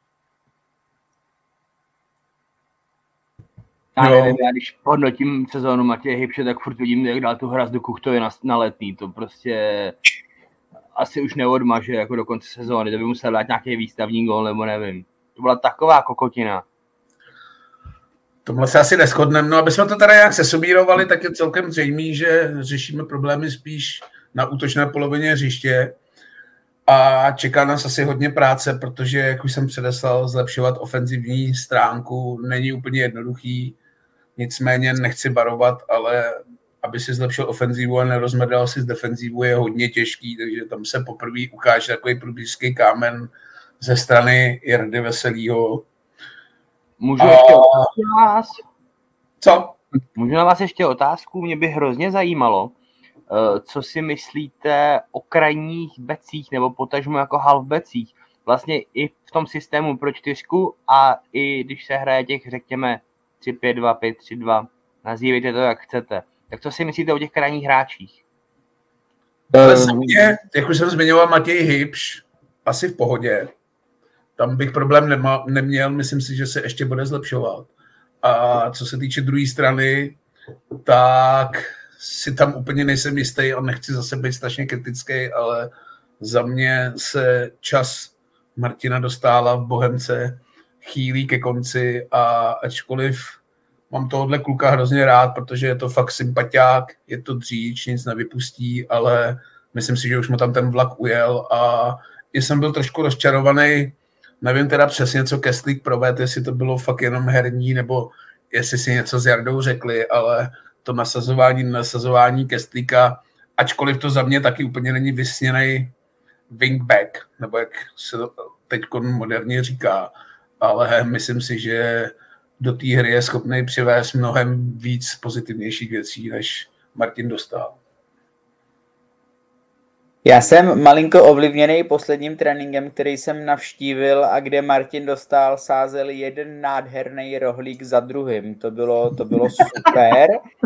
Já nevím, já když hodnotím sezónu Matěje Hybše, tak furt vidím, jak dal tu hrazdu Kuchtovi na Letný. To prostě asi už neodmaže jako do konce sezóny. To by musel dát nějaký výstavní gól, nebo nevím. To byla taková kokotina. Tomhle se asi neshodneme. No, aby jsme to teda nějak sesumírovali, tak je celkem zřejmé, že řešíme problémy spíš na útočné polovině hřiště. A čeká nás asi hodně práce, protože, jak už jsem předeslal, zlepšovat ofenzivní stránku není úplně jednoduchý. Nicméně nechci barovat, ale aby si zlepšil ofenzivu a nerozmrdal si z defenzivu, je hodně těžký, takže tam se poprvé ukáže takový průběžský kámen ze strany Jardy Veselýho. Můžu ještě na vás? Co? Můžu na vás ještě otázku? Mě by hrozně zajímalo, co si myslíte o krajních becích nebo potažmo jako halfbecích. Vlastně i v tom systému pro 4 a i když se hraje těch, řekněme, 3-5-2, 5-3-2, nazývejte to, jak chcete. Tak co si myslíte o těch krajních hráčích? Za mě, jak už jsem zmiňoval, Matěj Hybš, asi v pohodě. Tam bych problém neměl, myslím si, že se ještě bude zlepšovat. A co se týče druhé strany, tak si tam úplně nejsem jistý a nechci zase být strašně kritický, ale za mě se čas Martina Dostála v Bohemce chýlí ke konci a ačkoliv mám tohohle kluka hrozně rád, protože je to fakt sympatiák, je to dříč, nic nevypustí, ale myslím si, že už mu tam ten vlak ujel a jsem byl trošku rozčarovaný. Nevím teda přesně, co Kestlík provedl, jestli to bylo fakt jenom herní, nebo jestli si něco s Jardou řekli, ale to nasazování Kestlíka, ačkoliv to za mě taky úplně není vysněnej wingback, nebo jak se to teď moderně říká, ale myslím si, že do té hry je schopný přivést mnohem víc pozitivnějších věcí, než Martin Dostál. Já jsem malinko ovlivněný posledním tréninkem, který jsem navštívil a kde Martin Dostál sázel jeden nádherný rohlík za druhým. To bylo super.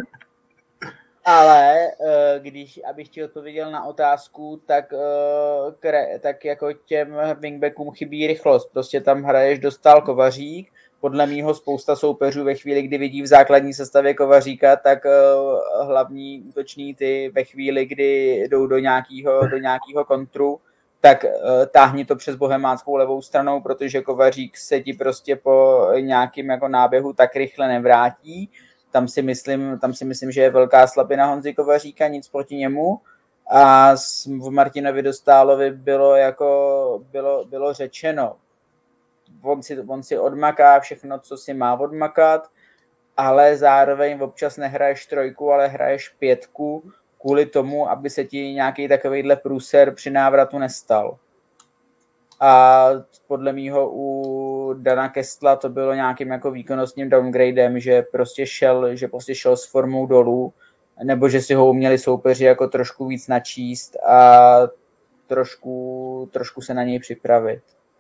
Ale abych ti odpověděl na otázku, tak jako těm wingbackům chybí rychlost. Prostě tam hraješ Dostál Kovařík. Podle mýho spousta soupeřů ve chvíli, kdy vidí v základní sestavě Kovaříka, tak hlavní útoční ty ve chvíli, kdy jdou do nějakého kontru, tak táhni to přes bohemáckou levou stranou, protože Kovařík se ti prostě po nějakým jako náběhu tak rychle nevrátí. Tam si myslím, že je velká slabina Honzy Kovaříka, nic proti němu. A v Martinovi Dostálovi bylo řečeno, on si odmaká všechno, co si má odmakat, ale zároveň občas nehraješ 3, ale hraješ 5 kvůli tomu, aby se ti nějaký takovejhle průser při návratu nestal. A podle mýho u Dana Kestla to bylo nějakým jako výkonnostním downgradem, že prostě šel s formou dolů, nebo že si ho uměli soupeři jako trošku víc načíst a trošku se na něj připravit.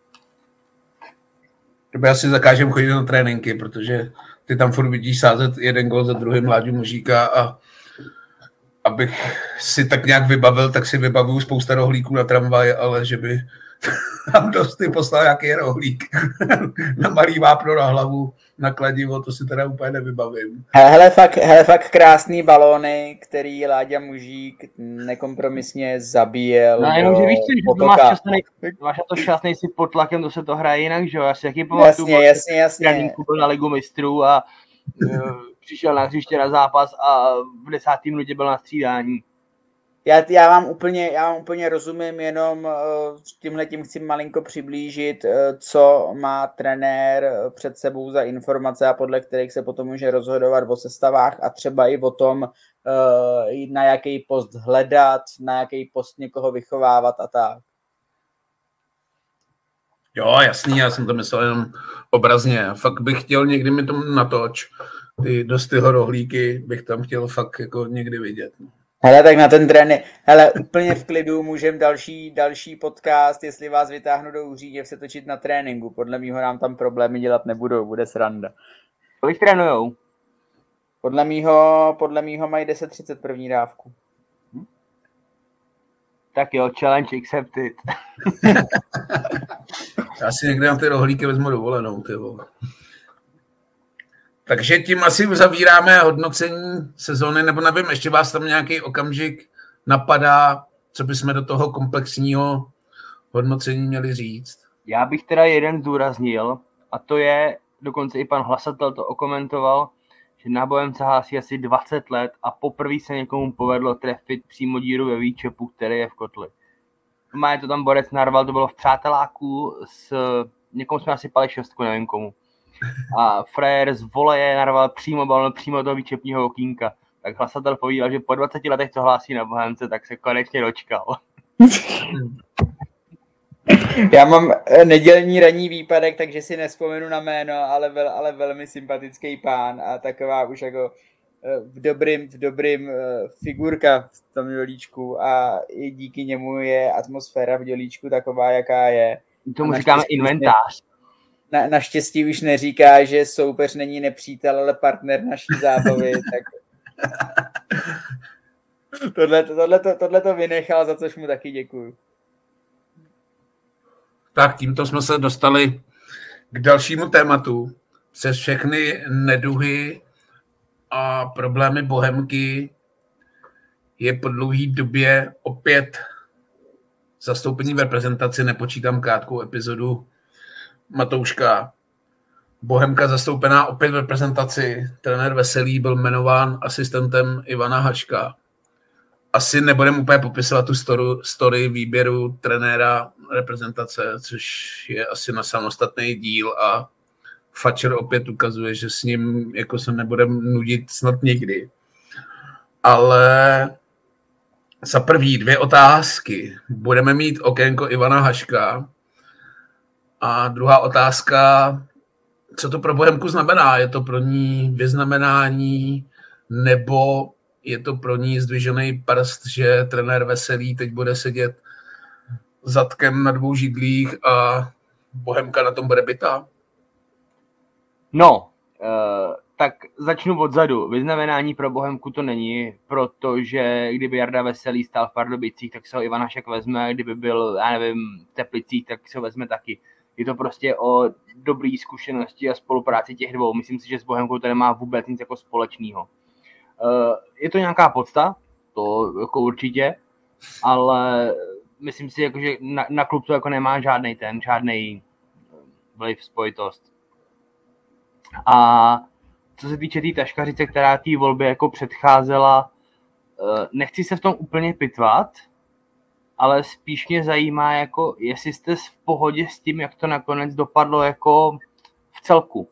Já si zakážem chodit na tréninky, protože ty tam furt vidíš sázet jeden gól za druhým Láďu Mužíka a abych si tak nějak vybavil, tak si vybavuju spousta rohlíků na tramvaj, ale že by tam dost poslal nějaký rohlík na malý vápno na hlavu, na kladivo, to si teda úplně nevybavím. Hele, fakt krásný balóny, který Láďa Mužík nekompromisně zabíjel. No jenom, že víš, že máš na to šťastný si pod tlakem, to se to hraje jinak, že jo? Já si taky pamatuju, jasně. Byl na Ligu mistrů a přišel na hřiště na zápas a v 10. minutě byl na střídání. Já vám úplně rozumím, jenom tímhletím chci malinko přiblížit, co má trenér před sebou za informace a podle kterých se potom může rozhodovat o sestavách a třeba i o tom, na jaký post hledat, na jaký post někoho vychovávat a tak. Jo, jasný, já jsem to myslel jenom obrazně. Fakt bych chtěl někdy mi to natoč. Ty dostyho rohlíky bych tam chtěl fakt jako někdy vidět. Hele, tak na ten trénink, hele, úplně v klidu můžeme další podcast, jestli vás vytáhnu do Úříně, se točit na tréninku. Podle mýho nám tam problémy dělat nebudou, bude sranda. Kolik trénujou? Podle mýho mají 10:30 první dávku. Tak jo, challenge accepted. Já si někde na ty rohlíky vezmu dovolenou, ty vole. Takže tím asi uzavíráme hodnocení sezóny, nebo nevím, ještě vás tam nějaký okamžik napadá, co bychom do toho komplexního hodnocení měli říct? Já bych teda jeden zdůraznil, a to je, dokonce i pan hlasatel to okomentoval, že na Bohemce hlásí asi 20 let a poprvé se někomu povedlo trefit přímo díru ve výčepu, který je v kotli. Má to tam borec narval, to bylo v Přáteláku, někomu jsme asi pali 6, nevím komu. A frajer z voleje narval přímo balon, přímo do výčepního okýnka. Tak hlasatel povídal, že po 20 letech, co hlásí na Bohemce, tak se konečně dočkal. Já mám nedělní ranní výpadek, takže si nespomenu na jméno, ale velmi sympatický pán a taková už jako v dobrým figurka v tom Dělíčku a i díky němu je atmosféra v Dělíčku taková, jaká je. Tomu říkáme inventář. Naštěstí už neříká, že soupeř není nepřítel, ale partner naší zábavy, tak tohle to vynechal, za což mu taky děkuju. Tak tímto jsme se dostali k dalšímu tématu. Přes všechny neduhy a problémy Bohemky je po dlouhé době opět zastoupení v reprezentaci, nepočítám krátkou epizodu Matouška. Bohemka zastoupená opět v reprezentaci. Trenér Veselý byl jmenován asistentem Ivana Haška. Asi nebudeme úplně popisovat tu story výběru trenéra reprezentace, což je asi na samostatný díl a Fatcher opět ukazuje, že s ním jako se nebudeme nudit snad nikdy. Ale za první 2 otázky. Budeme mít okénko Ivana Haška. A druhá otázka, co to pro Bohemku znamená? Je to pro ní vyznamenání nebo je to pro ní zdvižený prst, že trenér Veselý teď bude sedět zadkem na 2 židlích a Bohemka na tom bude bitá? No, tak začnu odzadu. Vyznamenání pro Bohemku to není, protože kdyby Jarda Veselý stál v Pardubicích, tak se ho Ivan Hašek vezme, kdyby byl, já nevím, v Teplicích, tak se ho vezme taky. Je to prostě o dobrý zkušenosti a spolupráci těch dvou. Myslím si, že s Bohemkou to nemá vůbec nic jako společného. Je to nějaká podsta, to jako určitě, ale myslím si, jako, že na klub to jako nemá žádnej vliv, spojitost. A co se týče té taškařice, která té volbě jako předcházela, nechci se v tom úplně pitvat, ale spíš mě zajímá, jako jestli jste v pohodě s tím, jak to nakonec dopadlo jako v celku.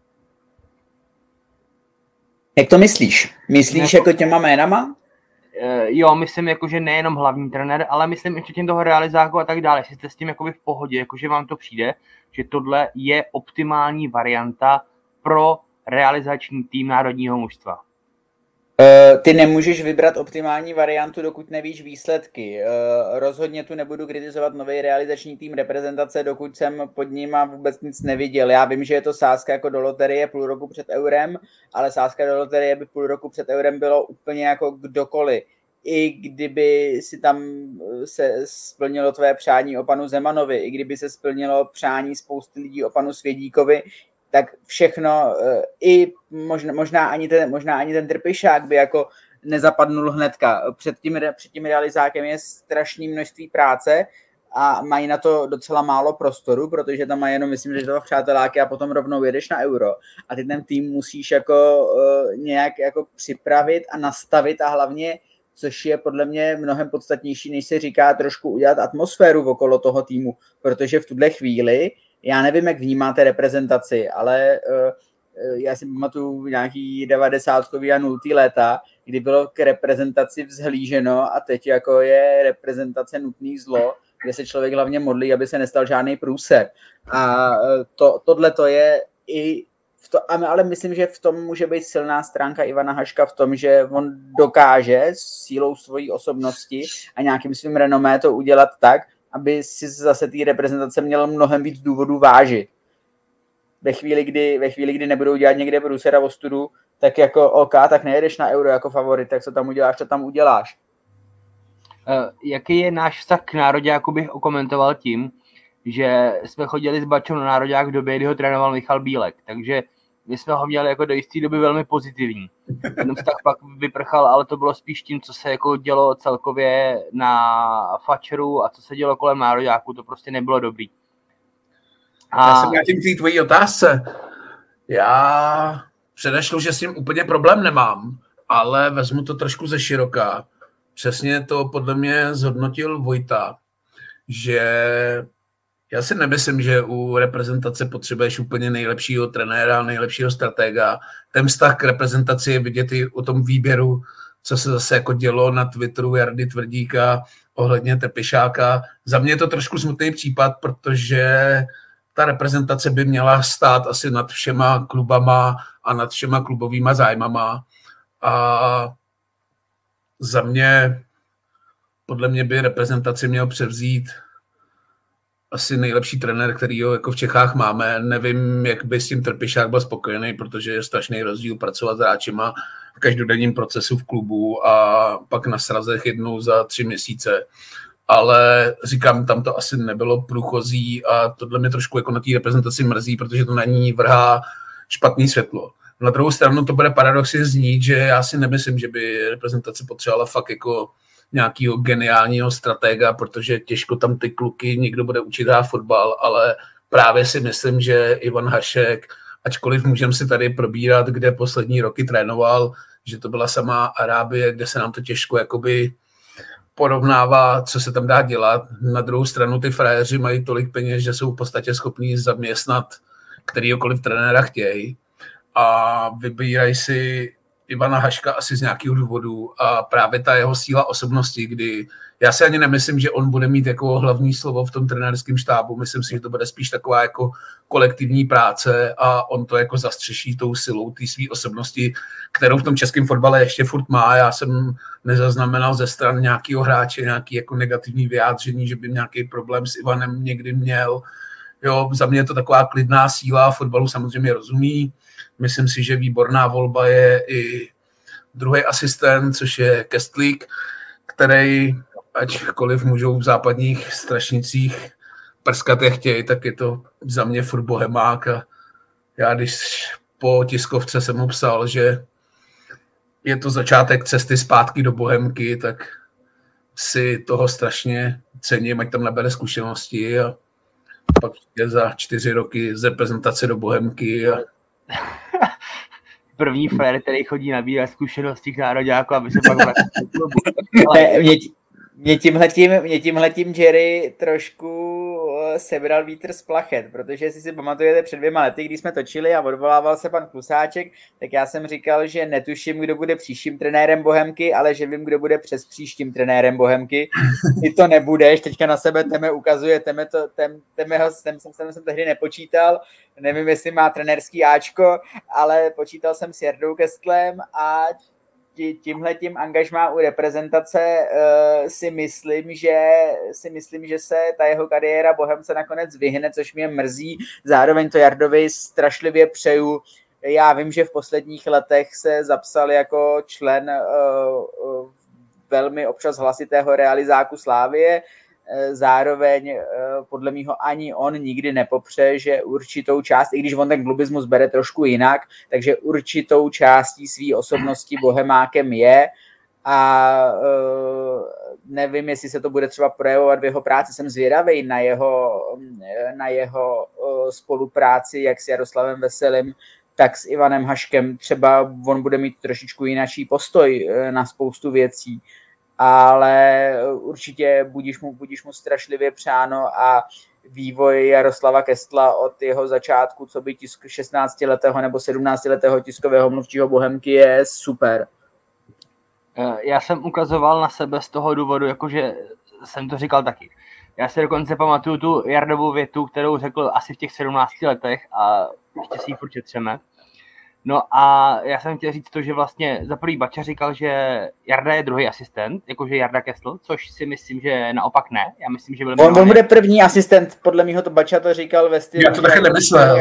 Jak to myslíš? Myslíš jako těma jménama? Jo, myslím, jako, že nejenom hlavní trenér, ale myslím ještě tím toho realizáku a tak dále. Jestli jste s tím jakoby v pohodě, jakože vám to přijde, že tohle je optimální varianta pro realizační tým národního mužstva. Ty nemůžeš vybrat optimální variantu, dokud nevíš výsledky. Rozhodně tu nebudu kritizovat nový realizační tým reprezentace, dokud jsem pod nima vůbec nic neviděl. Já vím, že je to sázka jako do loterie půl roku před eurem, ale sázka do loterie by půl roku před eurem bylo úplně jako kdokoliv. I kdyby si tam se splnilo tvé přání o panu Zemanovi, i kdyby se splnilo přání spousty lidí o panu Svědíkovi, tak všechno, i možná ani ten Trpišák by jako nezapadnul hnedka. Před tím realizákem je strašné množství práce a mají na to docela málo prostoru, protože tam mají jenom, myslím, že to přáteláky a potom rovnou jedeš na Euro. A ty ten tým musíš jako nějak jako připravit a nastavit a hlavně, což je podle mě mnohem podstatnější, než se říká, trošku udělat atmosféru okolo toho týmu, protože v tuhle chvíli já nevím, jak vnímáte reprezentaci, ale já si pamatuju nějaký 90. a 0. léta, kdy bylo k reprezentaci vzhlíženo a teď jako je reprezentace nutný zlo, kde se člověk hlavně modlí, aby se nestal žádný průser. A tohle to je i ale myslím, že v tom může být silná stránka Ivana Haška v tom, že on dokáže s sílou svojí osobnosti a nějakým svým renomé to udělat tak, aby si zase té reprezentace měl mnohem víc důvodů vážit. Ve chvíli, kdy nebudou dělat někde průser a ostudu, tak jako OK, tak nejedeš na Euro jako favorit, tak co tam uděláš, to tam uděláš. Jaký je náš vztah k nároďáku, bych okomentoval tím, že jsme chodili s Bačou na nároďák v době, kdy ho trénoval Michal Bílek, takže my jsme ho měli jako do jisté doby velmi pozitivní. Ten vztah pak vyprchal, ale to bylo spíš tím, co se jako dělo celkově na Fatscheru a co se dělo kolem nároďáku, to prostě nebylo dobrý. Já se vrátím k té tvojí otázce. Já předešlu, že s tím úplně problém nemám, ale vezmu to trošku ze široka. Přesně to podle mě zhodnotil Vojta, že já si nemyslím, že u reprezentace potřebuješ úplně nejlepšího trenéra, nejlepšího stratega. Ten vztah k reprezentaci je vidět i o tom výběru, co se zase jako dělo na Twitteru Jardy Tvrdíka ohledně Trpišáka. Za mě je to trošku smutný případ, protože ta reprezentace by měla stát asi nad všema klubama a nad všema klubovýma zájmama. A za mě, podle mě by reprezentaci měl převzít asi nejlepší trenér, kterýho jako v Čechách máme. Nevím, jak by s tím Trpišák byl spokojený, protože je strašný rozdíl pracovat s hráčima v každodenním procesu v klubu a pak na srazech jednou za 3 měsíce. Ale říkám, tam to asi nebylo průchozí a tohle mě trošku jako na té reprezentaci mrzí, protože to na ní vrhá špatný světlo. Na druhou stranu to bude paradoxně znít, že já si nemyslím, že by reprezentace potřebovala fakt jako nějakého geniálního stratega, protože těžko tam ty kluky někdo bude učit hrát fotbal, ale právě si myslím, že Ivan Hašek, ačkoliv můžeme si tady probírat, kde poslední roky trénoval, že to byla samá Arábie, kde se nám to těžko jakoby porovnává, co se tam dá dělat. Na druhou stranu ty frajeři mají tolik peněz, že jsou v podstatě schopní zaměstnat kterýhokoliv trenéra chtějí a vybírají si Ivana Haška asi z nějakého důvodu a právě ta jeho síla osobnosti, kdy já si ani nemyslím, že on bude mít jako hlavní slovo v tom trenérském štábu, myslím si, že to bude spíš taková jako kolektivní práce a on to jako zastřeší tou silou té své osobnosti, kterou v tom českém fotbale ještě furt má. Já jsem nezaznamenal ze stran nějakého hráče nějaký jako negativní vyjádření, že by nějaký problém s Ivanem někdy měl. Jo, za mě je to taková klidná síla, fotbalu samozřejmě rozumí. Myslím si, že výborná volba je i druhý asistent, což je Kestlík, který, ačkoliv můžou v západních strašnicích prskat jak chtějí, tak je to za mě furt bohemák. A já když po tiskovce jsem mu psal, že je to začátek cesty zpátky do Bohemky, tak si toho strašně cením, ať tam nabere zkušenosti a pak je za 4 roky z reprezentace do Bohemky a první fér, který chodí nabírat zkušenosti k nároďáku, aby se pak vrátil do klubu. Mě tímhletím Jerry trošku sebral vítr z plachet, protože jestli si pamatujete před 2 lety, když jsme točili a odvolával se pan Klusáček, tak já jsem říkal, že netuším, kdo bude příštím trenérem Bohemky, ale že vím, kdo bude přes příštím trenérem Bohemky. Ty to nebudeš, teďka na sebe Teme ukazuje, Temeho jsem tehdy nepočítal, nevím, jestli má trenérský Ačko, ale počítal jsem s Jardou Kestlem a tímhletím angažmá u reprezentace si myslím, že se ta jeho kariéra Bohemce nakonec vyhne, což mě mrzí. Zároveň to Jardovi strašlivě přeju. Já vím, že v posledních letech se zapsal jako člen velmi občas hlasitého realizáku Slávie. Zároveň podle mýho ani on nikdy nepopře, že určitou část, i když on ten klubismus bere trošku jinak, takže určitou částí své osobnosti bohemákem je a nevím, jestli se to bude třeba projevovat v jeho práci. Jsem zvědavý na jeho spolupráci jak s Jaroslavem Veselým, tak s Ivanem Haškem. Třeba on bude mít trošičku jináčí postoj na spoustu věcí, ale určitě budíš mu strašlivě přáno a vývoj Jaroslava Kestla od jeho začátku, co by 16letého nebo 17letého tiskového mluvčího Bohemky je super. Já jsem ukazoval na sebe z toho důvodu, jakože jsem to říkal taky. Já si dokonce pamatuju tu Jardovou větu, kterou řekl asi v těch 17 letech a ještě si ji furt četřeme. No a já jsem chtěl říct to, že vlastně za prvý Bača říkal, že Jarda je druhý asistent, jakože Jarda Kestl, což si myslím, že naopak ne. Já myslím, že byl on bude první asistent, podle mýho to Bača to říkal ve stylu. Já to taky nemyslel.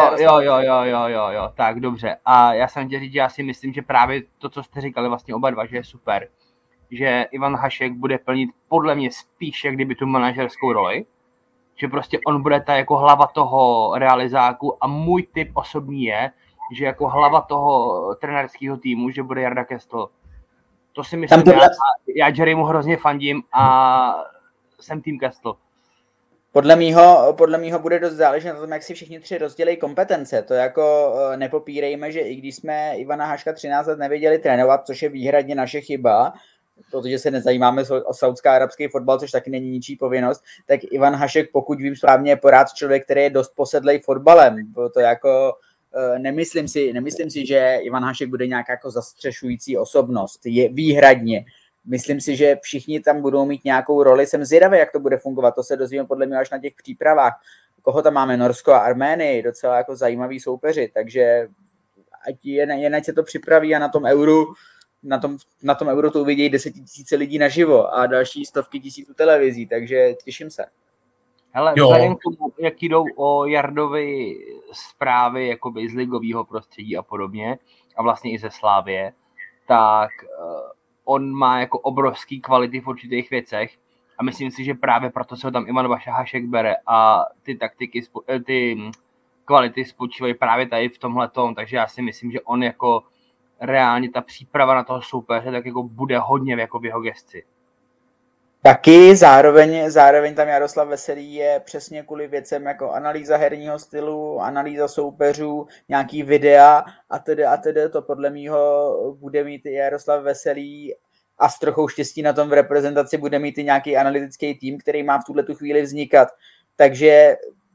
Jo, tak dobře. A já jsem chtěl říct, že já si myslím, že právě to, co jste říkali vlastně oba dva, že je super. Že Ivan Hašek bude plnit podle mě spíš jak kdyby tu manažerskou roli, že prostě on bude ta jako hlava toho realizáku a můj tip osobní je, že jako hlava toho trenérského týmu, že bude Jarda Kestl. To si myslím, já Jerrymu hrozně fandím a jsem tým Kestl. Podle mýho bude dost záležet na tom, jak si všichni 3 rozdělí kompetence. To jako nepopírejme, že i když jsme Ivana Haška 13 let nevěděli trénovat, což je výhradně naše chyba, protože se nezajímáme o saúdsko-arabský fotbal, což taky není ničí povinnost, tak Ivan Hašek, pokud vím správně, je porád člověk, který je dost posedlej fotbalem. To jako nemyslím si, že Ivan Hašek bude nějaká jako zastřešující osobnost. Je výhradně. Myslím si, že všichni tam budou mít nějakou roli. Jsem zvědavý, jak to bude fungovat. To se dozvíme podle mě až na těch přípravách. Koho tam máme? Norsko a Arménii. Docela jako zajímaví soupeři. Takže ať se to připraví a na tom euru to uvidějí 10 000 lidí naživo a další stovky tisíců televizí. Takže těším se. Hele, vzhledem k tomu, jak jdou o Jardovi zprávy jakoby z ligového prostředí a podobně, a vlastně i ze Slávie, tak on má jako obrovský kvality v určitých věcech a myslím si, že právě proto se ho tam Ivan Baša Hašek bere a ty kvality spočívají právě tady v tomhletom, takže já si myslím, že on jako reálně ta příprava na toho soupeře tak jako bude hodně jako v jeho gesci. Taky zároveň tam Jaroslav Veselý je přesně kvůli věcem jako analýza herního stylu, analýza soupeřů, nějaký videa a tedy to podle mýho bude mít i Jaroslav Veselý a s trochou štěstí na tom v reprezentaci bude mít i nějaký analytický tým, který má v tuhletu chvíli vznikat. Takže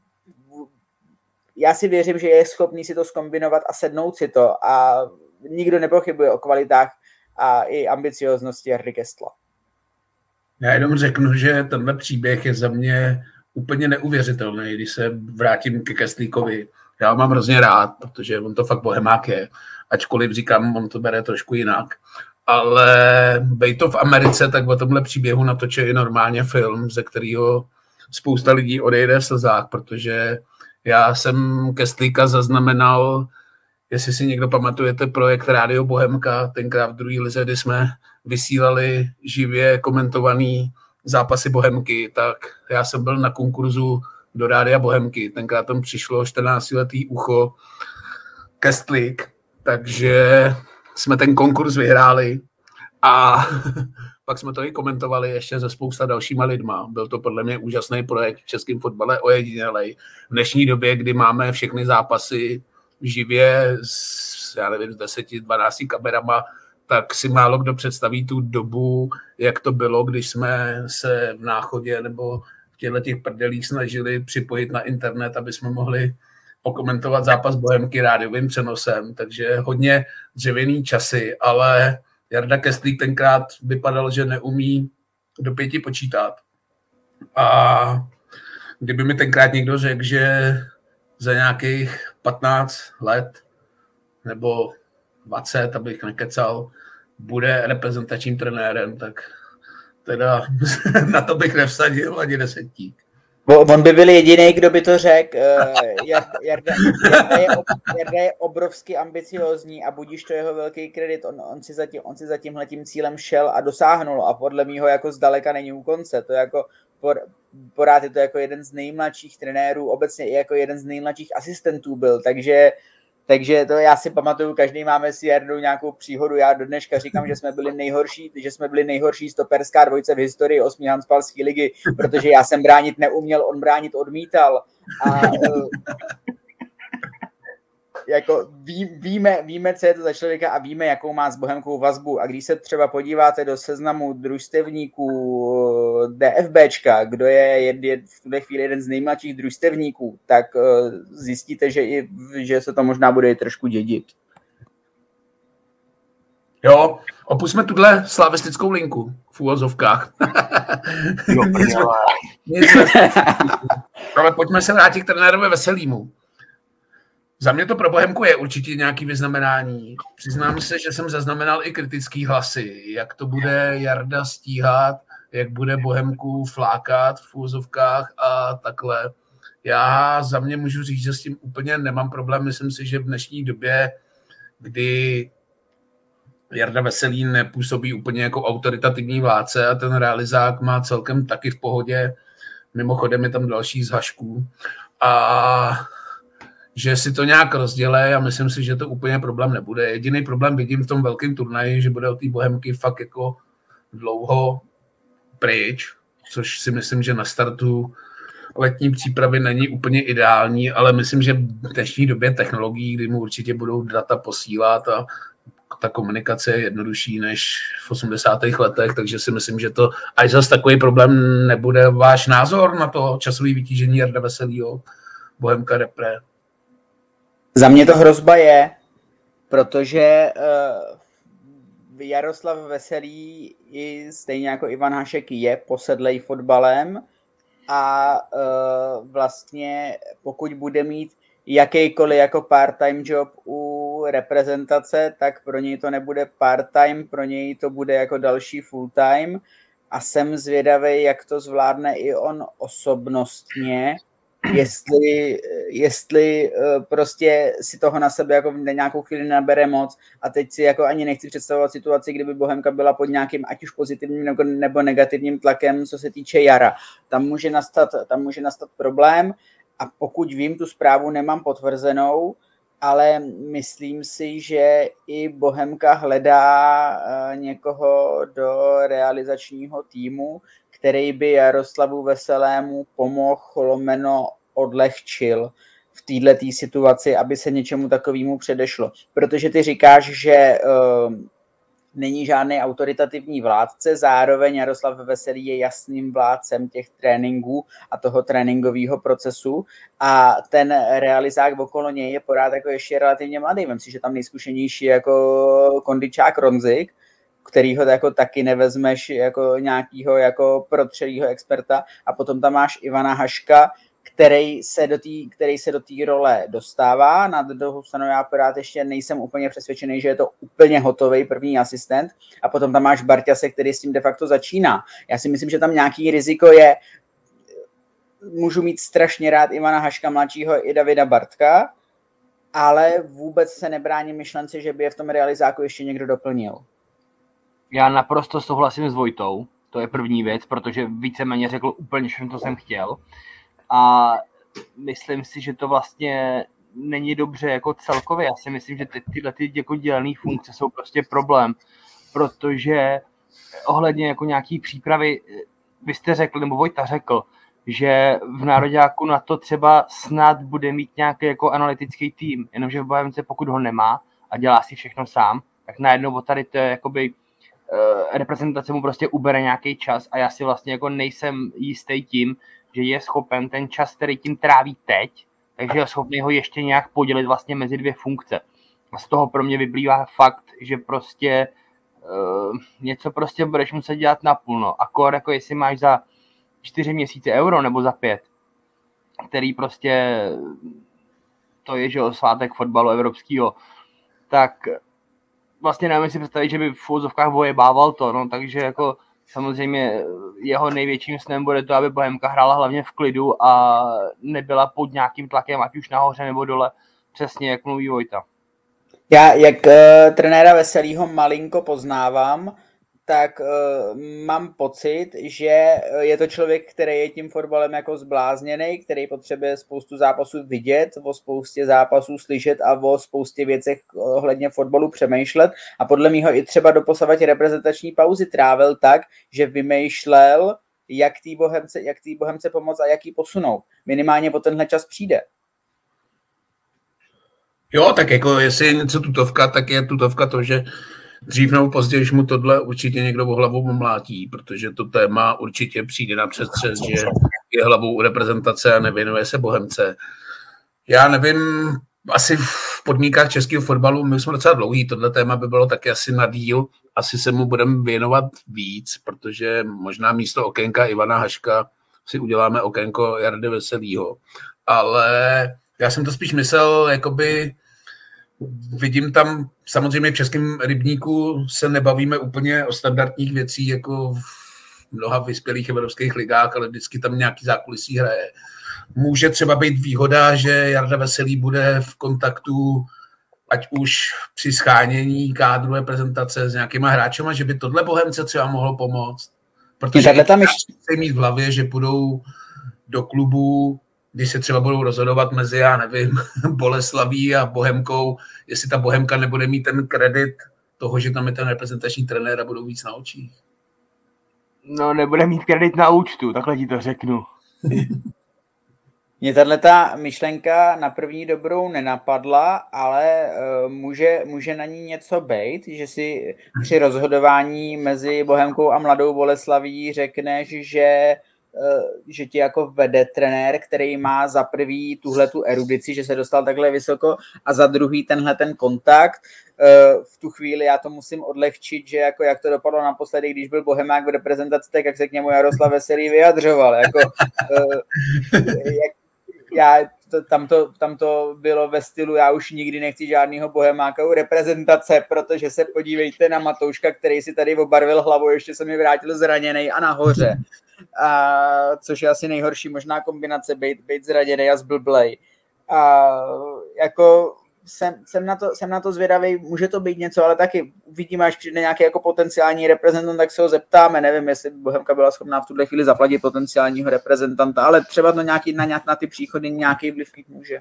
já si věřím, že je schopný si to zkombinovat a sednout si to a nikdo nepochybuje o kvalitách a i ambicioznosti Jardy Kestla. Já jenom řeknu, že tenhle příběh je za mě úplně neuvěřitelný, když se vrátím ke Kestlíkovi. Já ho mám hrozně rád, protože on to fakt bohemák je, ačkoliv říkám, on to bere trošku jinak. Ale bej to v Americe, tak o tomhle příběhu natočí normálně film, ze kterého spousta lidí odejde v slzách, protože já jsem Kestlíka zaznamenal, jestli si někdo pamatujete projekt Rádio Bohemka, tenkrát v druhé lize, kdy jsme vysílali živě komentovaný zápasy Bohemky, tak já jsem byl na konkurzu do Rádia Bohemky. Tenkrát tam přišlo 14letý ucho Kestlík, takže jsme ten konkurs vyhráli a pak jsme to i komentovali ještě se spousta dalšíma lidma. Byl to podle mě úžasný projekt v českém fotbale, ojedinělej. V dnešní době, kdy máme všechny zápasy živě s 10-12 kamerama, tak si málo kdo představí tu dobu, jak to bylo, když jsme se v Náchodě nebo v těch prdelích snažili připojit na internet, aby jsme mohli okomentovat zápas Bohemky rádiovým přenosem, takže hodně dřevěný časy, ale Jarda Kestlík tenkrát vypadal, že neumí do 5 počítat. A kdyby mi tenkrát někdo řekl, že za nějakých 15 let nebo 20, abych nekecal, bude reprezentačním trenérem, tak teda na to bych nevsadil ani 10. On by byl jediný, kdo by to řekl. Jarda je obrovsky ambiciózní a budíš to jeho velký kredit. On si za tímhletím cílem šel a dosáhnul a podle mýho jako zdaleka není u konce. To jako porád je to jako jeden z nejmladších trenérů, obecně i jako jeden z nejmladších asistentů byl, takže to já si pamatuju, každý máme s Jardou nějakou příhodu. Já do dneška říkám, že jsme byli nejhorší stoperská dvojice v historii 8. handballské ligy, protože já jsem bránit neuměl, on bránit odmítal. A jako víme, co je to za člověka a víme, jakou má s Bohemkou vazbu. A když se třeba podíváte do seznamu družstevníků DFBčka, kdo je v tuhle chvíli jeden z nejmladších družstevníků, tak zjistíte, že se to možná bude i trošku dědit. Jo, opustme tuhle slavistickou linku v úvozovkách. Ale pojďme se vrátit k trenérovi Veselýmu. Za mě to pro Bohemku je určitě nějaké vyznamenání. Přiznám se, že jsem zaznamenal i kritický hlasy, jak to bude Jarda stíhat, jak bude Bohemku flákat v úvozovkách a takhle. Já za mě můžu říct, že s tím úplně nemám problém. Myslím si, že v dnešní době, kdy Jarda Veselý nepůsobí úplně jako autoritativní vládce a ten realizák má celkem taky v pohodě. Mimochodem je tam další z Hašků. A že si to nějak rozdělej a myslím si, že to úplně problém nebude. Jediný problém vidím v tom velkém turnaji, že bude od té Bohemky fakt jako dlouho pryč, což si myslím, že na startu letní přípravy není úplně ideální, ale myslím, že v dnešní době technologií, kdy mu určitě budou data posílat a ta komunikace je jednodušší než v 80. letech, takže si myslím, že to až zase takový problém nebude. Váš názor na to časové vytížení Jarda Veselýho, Bohemka repre? Za mě to hrozba je, protože Jaroslav Veselý stejně jako Ivan Hašek je posedlej fotbalem a vlastně pokud bude mít jakýkoliv jako part-time job u reprezentace, tak pro něj to nebude part-time, pro něj to bude jako další full-time a jsem zvědavý, jak to zvládne i on osobnostně, jestli prostě si toho na sebe jako nějakou chvíli nabere moc a teď si jako ani nechci představovat situaci, kdyby Bohemka byla pod nějakým ať už pozitivním nebo negativním tlakem, co se týče jara. Tam může nastat problém a pokud vím, tu zprávu nemám potvrzenou, ale myslím si, že i Bohemka hledá někoho do realizačního týmu, který by Jaroslavu Veselému pomohl, lomeno odlehčil v této situaci, aby se něčemu takovému předešlo. Protože ty říkáš, že není žádný autoritativní vládce, zároveň Jaroslav Veselý je jasným vládcem těch tréninků a toho tréninkového procesu a ten realizák okolo něj je pořád jako ještě relativně mladý. Myslím si, že tam nejzkušenější jako kondičák Ronzik, kterýho jako taky nevezmeš jako nějakýho jako protřelýho experta a potom tam máš Ivana Haška, který se do té role dostává. Na druhou stranu já pořád ještě nejsem úplně přesvědčený, že je to úplně hotový první asistent a potom tam máš Barťase, který s tím de facto začíná. Já si myslím, že tam nějaký riziko je. Můžu mít strašně rád Ivana Haška mladšího i Davida Bartka, ale vůbec se nebráním myšlence, že by je v tom realizáku ještě někdo doplnil. Já naprosto souhlasím s Vojtou, to je první věc, protože víceméně řekl úplně všechno, co jsem chtěl. A myslím si, že to vlastně není dobře jako celkově. Já si myslím, že tyhle jako dělné funkce jsou prostě problém, protože ohledně jako nějaký přípravy, vy jste řekl, nebo Vojta řekl, že v nároďáku na to třeba snad bude mít nějaký jako analytický tým, jenomže v Bohemce, pokud ho nemá a dělá si všechno sám, tak najednou tady to je jakoby reprezentace mu prostě ubere nějaký čas a já si vlastně jako nejsem jistý tím, že je schopen ten čas, který tím tráví teď, takže je schopný ho ještě nějak podělit vlastně mezi dvě funkce. A z toho pro mě vyplývá fakt, že prostě něco prostě budeš muset dělat napůl. Akor jako jestli máš za 4 měsíce euro nebo za 5, který prostě to je, že jo, svátek fotbalu evropského, tak vlastně nevím si představit, že by v úvozovkách vojebával to, no, takže jako samozřejmě jeho největším snem bude to, aby Bohemka hrála hlavně v klidu a nebyla pod nějakým tlakem, ať už nahoře nebo dole, přesně jak mluví Vojta. Já, jak trenéra Veselýho malinko poznávám, tak mám pocit, že je to člověk, který je tím fotbalem jako zblázněný, který potřebuje spoustu zápasů vidět, o spoustě zápasů slyšet a o spoustě věcech ohledně fotbalu přemýšlet. A podle mýho i třeba doposavať reprezentační pauzy trávil tak, že vymýšlel, jak té Bohemce pomoct a jak ji posunout. Minimálně po tenhle čas přijde. Jo, tak jako jestli je něco tutovka, tak je tutovka to, že dřív nebo později mu tohle určitě někdo o hlavu omlátí, protože to téma určitě přijde na přestřes, že je hlavou reprezentace a nevěnuje se Bohemce. Já nevím, asi v podmínkách českého fotbalu my jsme docela dlouhý, tohle téma by bylo taky asi na díl, asi se mu budeme věnovat víc, protože možná místo okénka Ivana Haška si uděláme okénko Jardy Veselýho. Ale já jsem to spíš myslel, jakoby vidím tam, samozřejmě v českém rybníku se nebavíme úplně o standardních věcí, jako v mnoha vyspělých evropských ligách, ale vždycky tam nějaký zákulisí hraje. Může třeba být výhoda, že Jarda Veselý bude v kontaktu, ať už při schánění kádru reprezentace s nějakýma hráčema, že by tohle Bohemce třeba mohlo pomoct. Protože tam chci mít v hlavě, že půjdou do klubu, když se třeba budou rozhodovat mezi, já nevím, Boleslaví a Bohemkou, jestli ta Bohemka nebude mít ten kredit toho, že tam je ten reprezentační trenér a budou víc na očích. No, nebude mít kredit na účtu, takhle ti to řeknu. Mně tato myšlenka na první dobrou nenapadla, ale může na ní něco být, že si při rozhodování mezi Bohemkou a Mladou Boleslaví řekneš, že ti jako vede trenér, který má za prvý tuhletu erudici, že se dostal takhle vysoko a za druhý tenhle ten kontakt. V tu chvíli já to musím odlehčit, že jako jak to dopadlo naposledy, když byl Bohemák v reprezentaci, tak jak se k němu Jaroslav Veselý vyjadřoval. Tam to bylo ve stylu, já už nikdy nechci žádnýho Bohemáka u reprezentace, protože se podívejte na Matouška, který si tady obarvil hlavu, ještě se mi vrátil zraněnej a nahoře. Což je asi nejhorší možná kombinace, být zraněnej a zblblej. A jako jsem na to zvědavý, může to být něco, ale taky uvidíme, až přijde nějaký jako potenciální reprezentant, tak se ho zeptáme, nevím, jestli Bohemka byla schopná v tuhle chvíli zaplatit potenciálního reprezentanta, ale třeba to na ty příchody nějaký vliv mít může.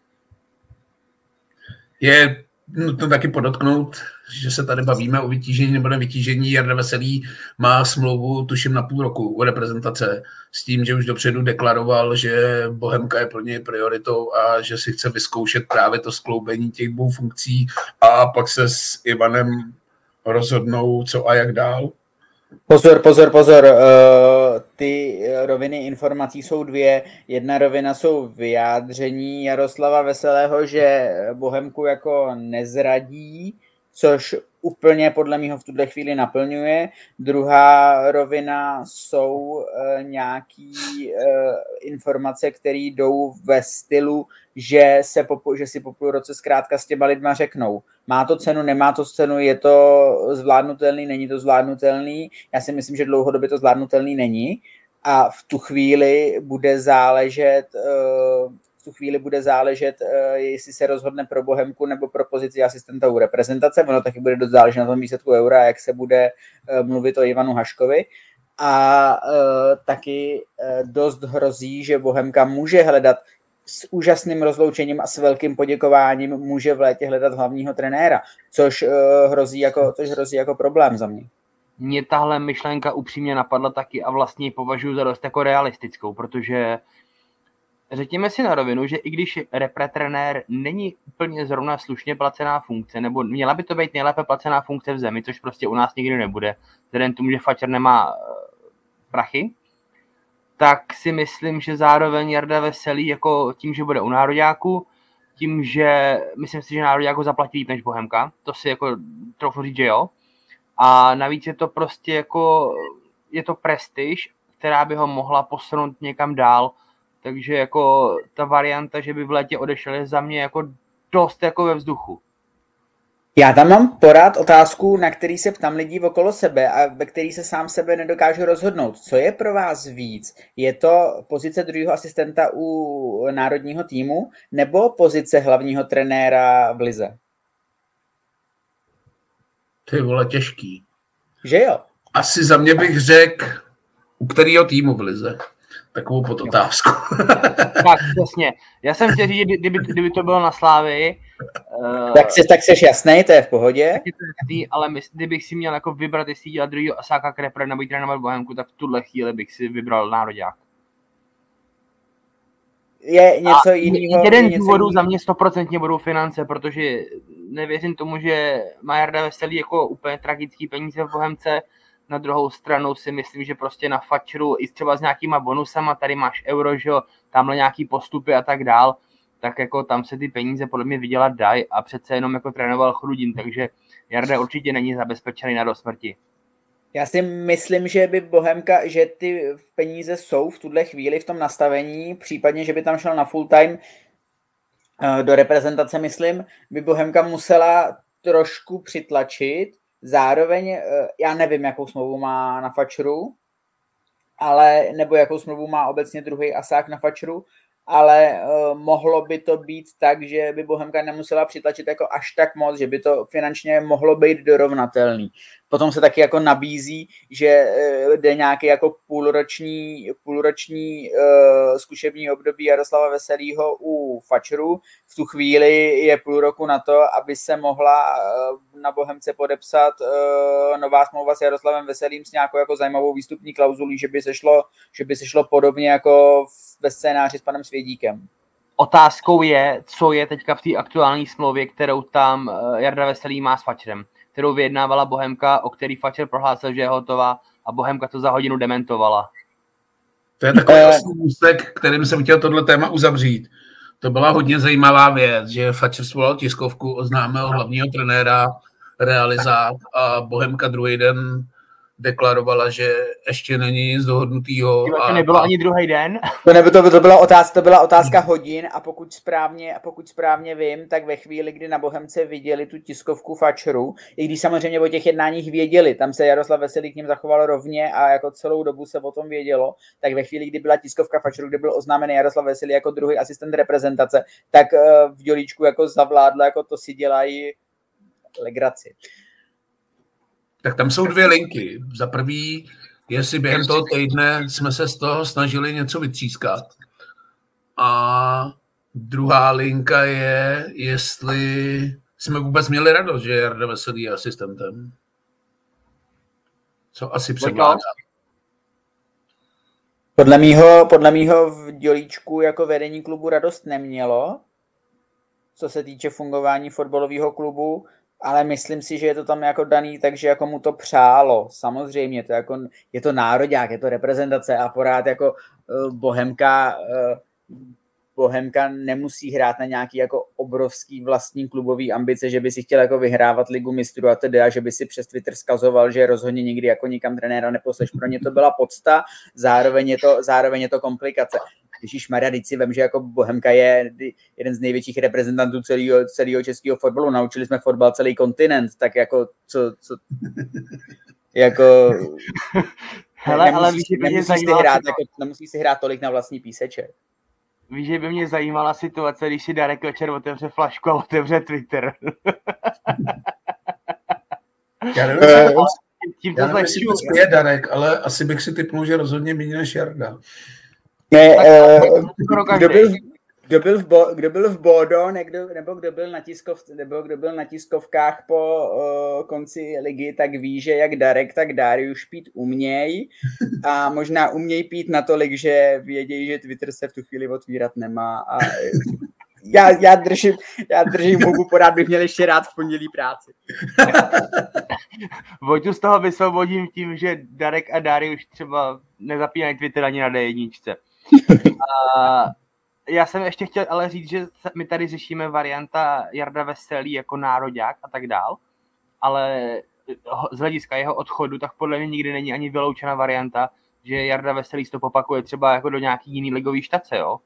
Je nutno taky podotknout, že se tady bavíme o vytížení nebo nevytížení. Jarda Veselý má smlouvu, tuším, na půl roku u reprezentace s tím, že už dopředu deklaroval, že Bohemka je pro něj prioritou a že si chce vyzkoušet právě to skloubení těch dvou funkcí a pak se s Ivanem rozhodnou, co a jak dál. Pozor. Ty roviny informací jsou dvě. Jedna rovina jsou vyjádření Jaroslava Veselého, že Bohemku jako nezradí, což úplně podle mého v tuhle chvíli naplňuje. Druhá rovina jsou nějaký informace, které jdou ve stylu, že si po půl roce zkrátka s těma lidma řeknou, má to cenu, nemá to cenu, je to zvládnutelný, není to zvládnutelný. Já si myslím, že dlouhodobě to zvládnutelný není a v tu chvíli bude záležet, jestli se rozhodne pro Bohemku nebo pro pozici asistenta u reprezentace. Ono taky bude dost záležet na tom výsledku Eura, jak se bude mluvit o Ivanu Haškovi. A taky dost hrozí, že Bohemka může hledat s úžasným rozloučením a s velkým poděkováním může v létě hledat hlavního trenéra, což hrozí jako problém za mě. Mně tahle myšlenka upřímně napadla taky a vlastně ji považuji za dost jako realistickou, protože řekněme si na rovinu, že i když repretrenér není úplně zrovna slušně placená funkce, nebo měla by to být nejlépe placená funkce v zemi, což prostě u nás nikdy nebude, vzhledem tomu, že Fatcher nemá prachy, tak si myslím, že zároveň Jarda Veselý jako tím, že bude u nároďáku, tím, že myslím si, že nároďák ho zaplatí líp než Bohemka, to si jako trochu říct, že jo. A navíc je to prostě jako, je to prestiž, která by ho mohla posunout někam dál, takže jako ta varianta, že by v létě odešel, je za mě jako dost jako ve vzduchu. Já tam mám pořád otázku, na který se ptám lidí okolo sebe a ve který se sám sebe nedokážu rozhodnout. Co je pro vás víc? Je to pozice druhého asistenta u národního týmu nebo pozice hlavního trenéra v lize? Ty vole, těžký. Že jo? Asi za mě bych řekl, u kterého týmu v lize. Takovou podotázku. Tak, přesně. Já jsem chtěl říct, kdyby to bylo na Slávii. Tak seš jasnej, to je v pohodě. Tak je to jasný, ale kdybych si měl jako vybrat, jestli dělat druhýho Asáka Krepra nebo trénovat Bohemku, tak v tuhle chvíli bych si vybral nároďák. Je něco jiného. Jeden z důvodů za mě 100% budou finance, protože nevěřím tomu, že má Jarda Veselý jako úplně tragický peníze v Bohemce. Na druhou stranu si myslím, že prostě na Fatcheru i třeba s nějakýma bonusama, tady máš euro, že jo, tamhle nějaký postupy a tak dál, tak jako tam se ty peníze podle mě vydělat dají a přece jenom jako trénoval Chrudin, takže Jarda určitě není zabezpečený na do smrti. Já si myslím, že by Bohemka, že ty peníze jsou v tuhle chvíli v tom nastavení, případně, že by tam šel na full time do reprezentace, myslím, by Bohemka musela trošku přitlačit. Zároveň, já nevím, jakou smlouvu má na Fatcheru, ale, nebo jakou smlouvu má obecně druhý Asák na Fatcheru, ale mohlo by to být tak, že by Bohemka nemusela přitlačit jako až tak moc, že by to finančně mohlo být dorovnatelný. Potom se taky jako nabízí, že jde nějaký jako půlroční zkušební období Jaroslava Veselýho u Fatcheru. V tu chvíli je půl roku na to, aby se mohla na Bohemce podepsat nová smlouva s Jaroslavem Veselým s nějakou jako zajímavou výstupní klauzulí, že by se šlo podobně jako ve scénáři s panem Svědíkem. Otázkou je, co je teďka v té aktuální smlouvě, kterou tam Jarda Veselý má s Fatcherem, kterou vyjednávala Bohemka, o který Fatcher prohlásil, že je hotová a Bohemka to za hodinu dementovala. To je takový úsek, kterým jsem chtěl tohle téma uzavřít. To byla hodně zajímavá věc, že Fatcher svolal tiskovku, oznámil hlavního trenéra, realizát a Bohemka druhý den deklarovala, že ještě není nic dohodnutýho. To nebylo ani druhý den? To byla otázka hodin a pokud správně vím, tak ve chvíli, kdy na Bohemce viděli tu tiskovku Fatcheru, i když samozřejmě o těch jednáních věděli, tam se Jaroslav Veselý k ním zachoval rovně a jako celou dobu se o tom vědělo, tak ve chvíli, kdy byla tiskovka Fatcheru, kde byl oznámený Jaroslav Veselý jako druhý asistent reprezentace, tak v Dělíčku jako zavládlo, jako to si dělají legraci. Tak tam jsou dvě linky. Za prvý, jestli během toho týdne jsme se z toho snažili něco vytřískat. A druhá linka je, jestli jsme vůbec měli radost, že Jarda Veselý je asistentem. Co asi převládá. Podle mýho v Dělíčku jako vedení klubu radost nemělo, co se týče fungování fotbalového klubu, ale myslím si, že je to tam jako daný, takže jako mu to přálo. Samozřejmě, to jako, je to nároďák, je to reprezentace a pořád jako Bohemka nemusí hrát na nějaký jako obrovský vlastní klubový ambice, že by si chtěl jako vyhrávat ligu mistrů a tedy, a že by si přes Twitter zkazoval, že rozhodně nikdy jako nikam trenéra neposleš. Pro ně to byla podsta, zároveň je to komplikace. Ježišmarja, teď si vem, že jako Bohemka je jeden z největších reprezentantů celého českého fotbalu. Naučili jsme fotbal celý kontinent, tak jako co jako hele, ale nemusí si hrát tolik na vlastní píseček. Víš, že by mě zajímala situace, když si Darek večer otevře flašku a otevře Twitter. Já nevím, jestli to je Darek, ale asi bych si tipnul, že rozhodně méně než Jarda. Kdo byl v Bodo, nebo kdo byl na tiskovkách po konci ligy, tak ví, že jak Darek, tak Darius pít uměj a možná uměj pít natolik, že vědějí, že Twitter se v tu chvíli otvírat nemá a já držím hubu, pořád bych měl ještě rád v pondělí práci. Vojtu z toho vysvobodím tím, že Darek a Darius třeba nezapínají Twitter ani na D1. Já jsem ještě chtěl ale říct, že my tady řešíme varianta Jarda Veselý jako nároďák a tak dál, ale z hlediska jeho odchodu, tak podle mě nikdy není ani vyloučena varianta, že Jarda Veselý to popakuje třeba jako do nějaký jiný ligový štace, jo?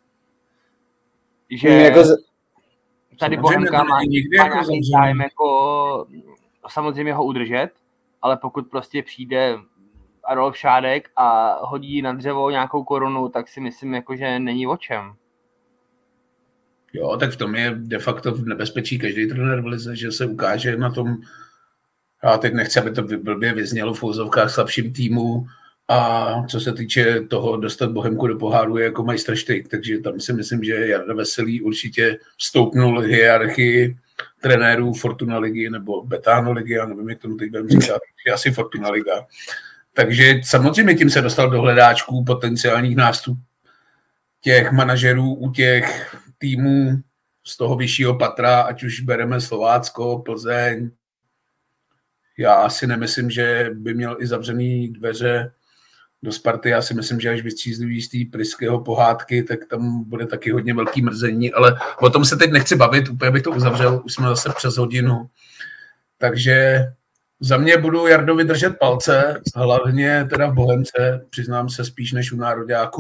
Že jako tady Bohemka má nějaký zájem jako samozřejmě ho udržet, ale pokud prostě přijde Adolf Šádek a hodí na dřevo nějakou korunu, tak si myslím, jako, že není o čem. Jo, tak v tom je de facto v nebezpečí každý trenér v lize, že se ukáže na tom, já teď nechci, aby to blbě vyznělo v úzovkách slabším týmu a co se týče toho dostat Bohemku do poháru je jako majstrštyk, takže tam si myslím, že Jarda Veselý určitě vstoupnul hierarchii trenérů Fortuna ligy nebo Betano ligy, já nevím, jak tomu teď budeme říkat, je asi Fortuna liga. Takže samozřejmě tím se dostal do hledáčků potenciálních nástup těch manažerů u těch týmů z toho vyššího patra, ať už bereme Slovácko, Plzeň. Já si nemyslím, že by měl i zavřený dveře do Sparty. Já si myslím, že až vystřízliví z té Pryského pohádky, tak tam bude taky hodně velký mrzení, ale o tom se teď nechci bavit, úplně bych to uzavřel, už jsme zase přes hodinu. Takže za mě budu Jardovi držet palce, hlavně teda v Bohemce, přiznám se spíš než u nároďáků,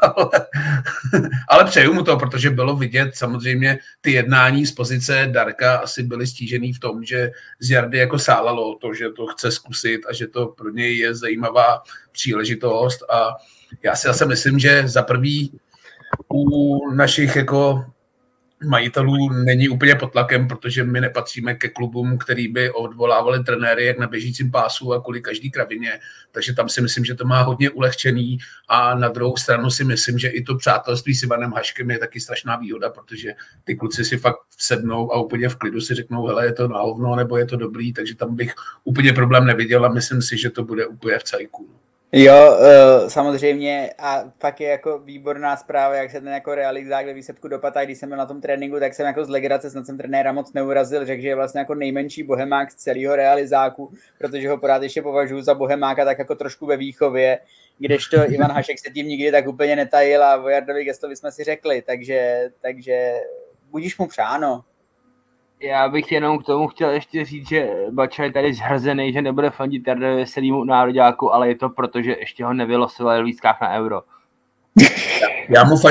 ale přeju mu to, protože bylo vidět samozřejmě ty jednání z pozice Darka asi byly stížený v tom, že z Jardy jako sálalo to, že to chce zkusit a že to pro něj je zajímavá příležitost a já si zase myslím, že za prvý u našich jako majitelů není úplně pod tlakem, protože my nepatříme ke klubům, který by odvolávali trenéry jak na běžícím pásu a kvůli každý kravině, takže tam si myslím, že to má hodně ulehčený a na druhou stranu si myslím, že i to přátelství s Ivanem Haškem je taky strašná výhoda, protože ty kluci si fakt sednou a úplně v klidu si řeknou, hele, je to na hovno nebo je to dobrý, takže tam bych úplně problém neviděl a myslím si, že to bude úplně v cajku. Jo, samozřejmě a pak je jako výborná zpráva, jak se ten jako realizák ve výsledku dopadl, a když jsem byl na tom tréninku, tak jsem jako z legrace, snad jsem trenéra moc neurazil, řekl, že je vlastně jako nejmenší bohemák z celého realizáku, protože ho pořád ještě považuji za bohemáka tak jako trošku ve výchově, kdežto Ivan Hašek se tím nikdy tak úplně netajil a o Jardovi Gestovi jsme si řekli, takže budíš mu přáno. Já bych jenom k tomu chtěl ještě říct, že Bača je tady zhrzený, že nebude fandit Jardovi Veselýmu nároďáku, ale je to proto, že ještě ho nevylosovali v lístkách na Euro. Já mu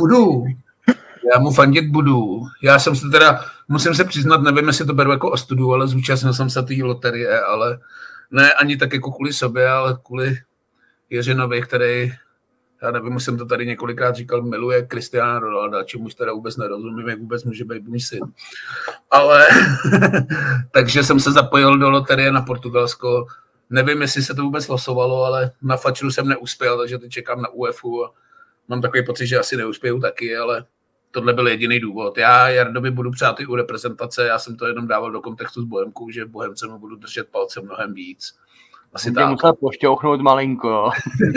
fandit budu. Já jsem se teda, musím se přiznat, nevím, jestli to beru jako ostudu, ale zúčastnil jsem se té loterie, ale ne ani tak jako kvůli sobě, ale kvůli Jiřinovi, který, já nevím, už jsem to tady několikrát říkal, miluje Cristiana Ronalda, čemuž teda vůbec nerozumím, jak vůbec může být můj syn. Ale takže jsem se zapojil do loterie na Portugalsko. Nevím, jestli se to vůbec losovalo, ale na Fatcheru jsem neuspěl, takže teď čekám na UEFu a mám takový pocit, že asi neuspěju taky, ale tohle byl jediný důvod. Já Jardovi budu přát i u reprezentace, já jsem to jenom dával do kontextu s Bohemkou, že v Bohemce mu budu držet palce mnohem víc. Asi tak. Musel pošťouchnout malinko.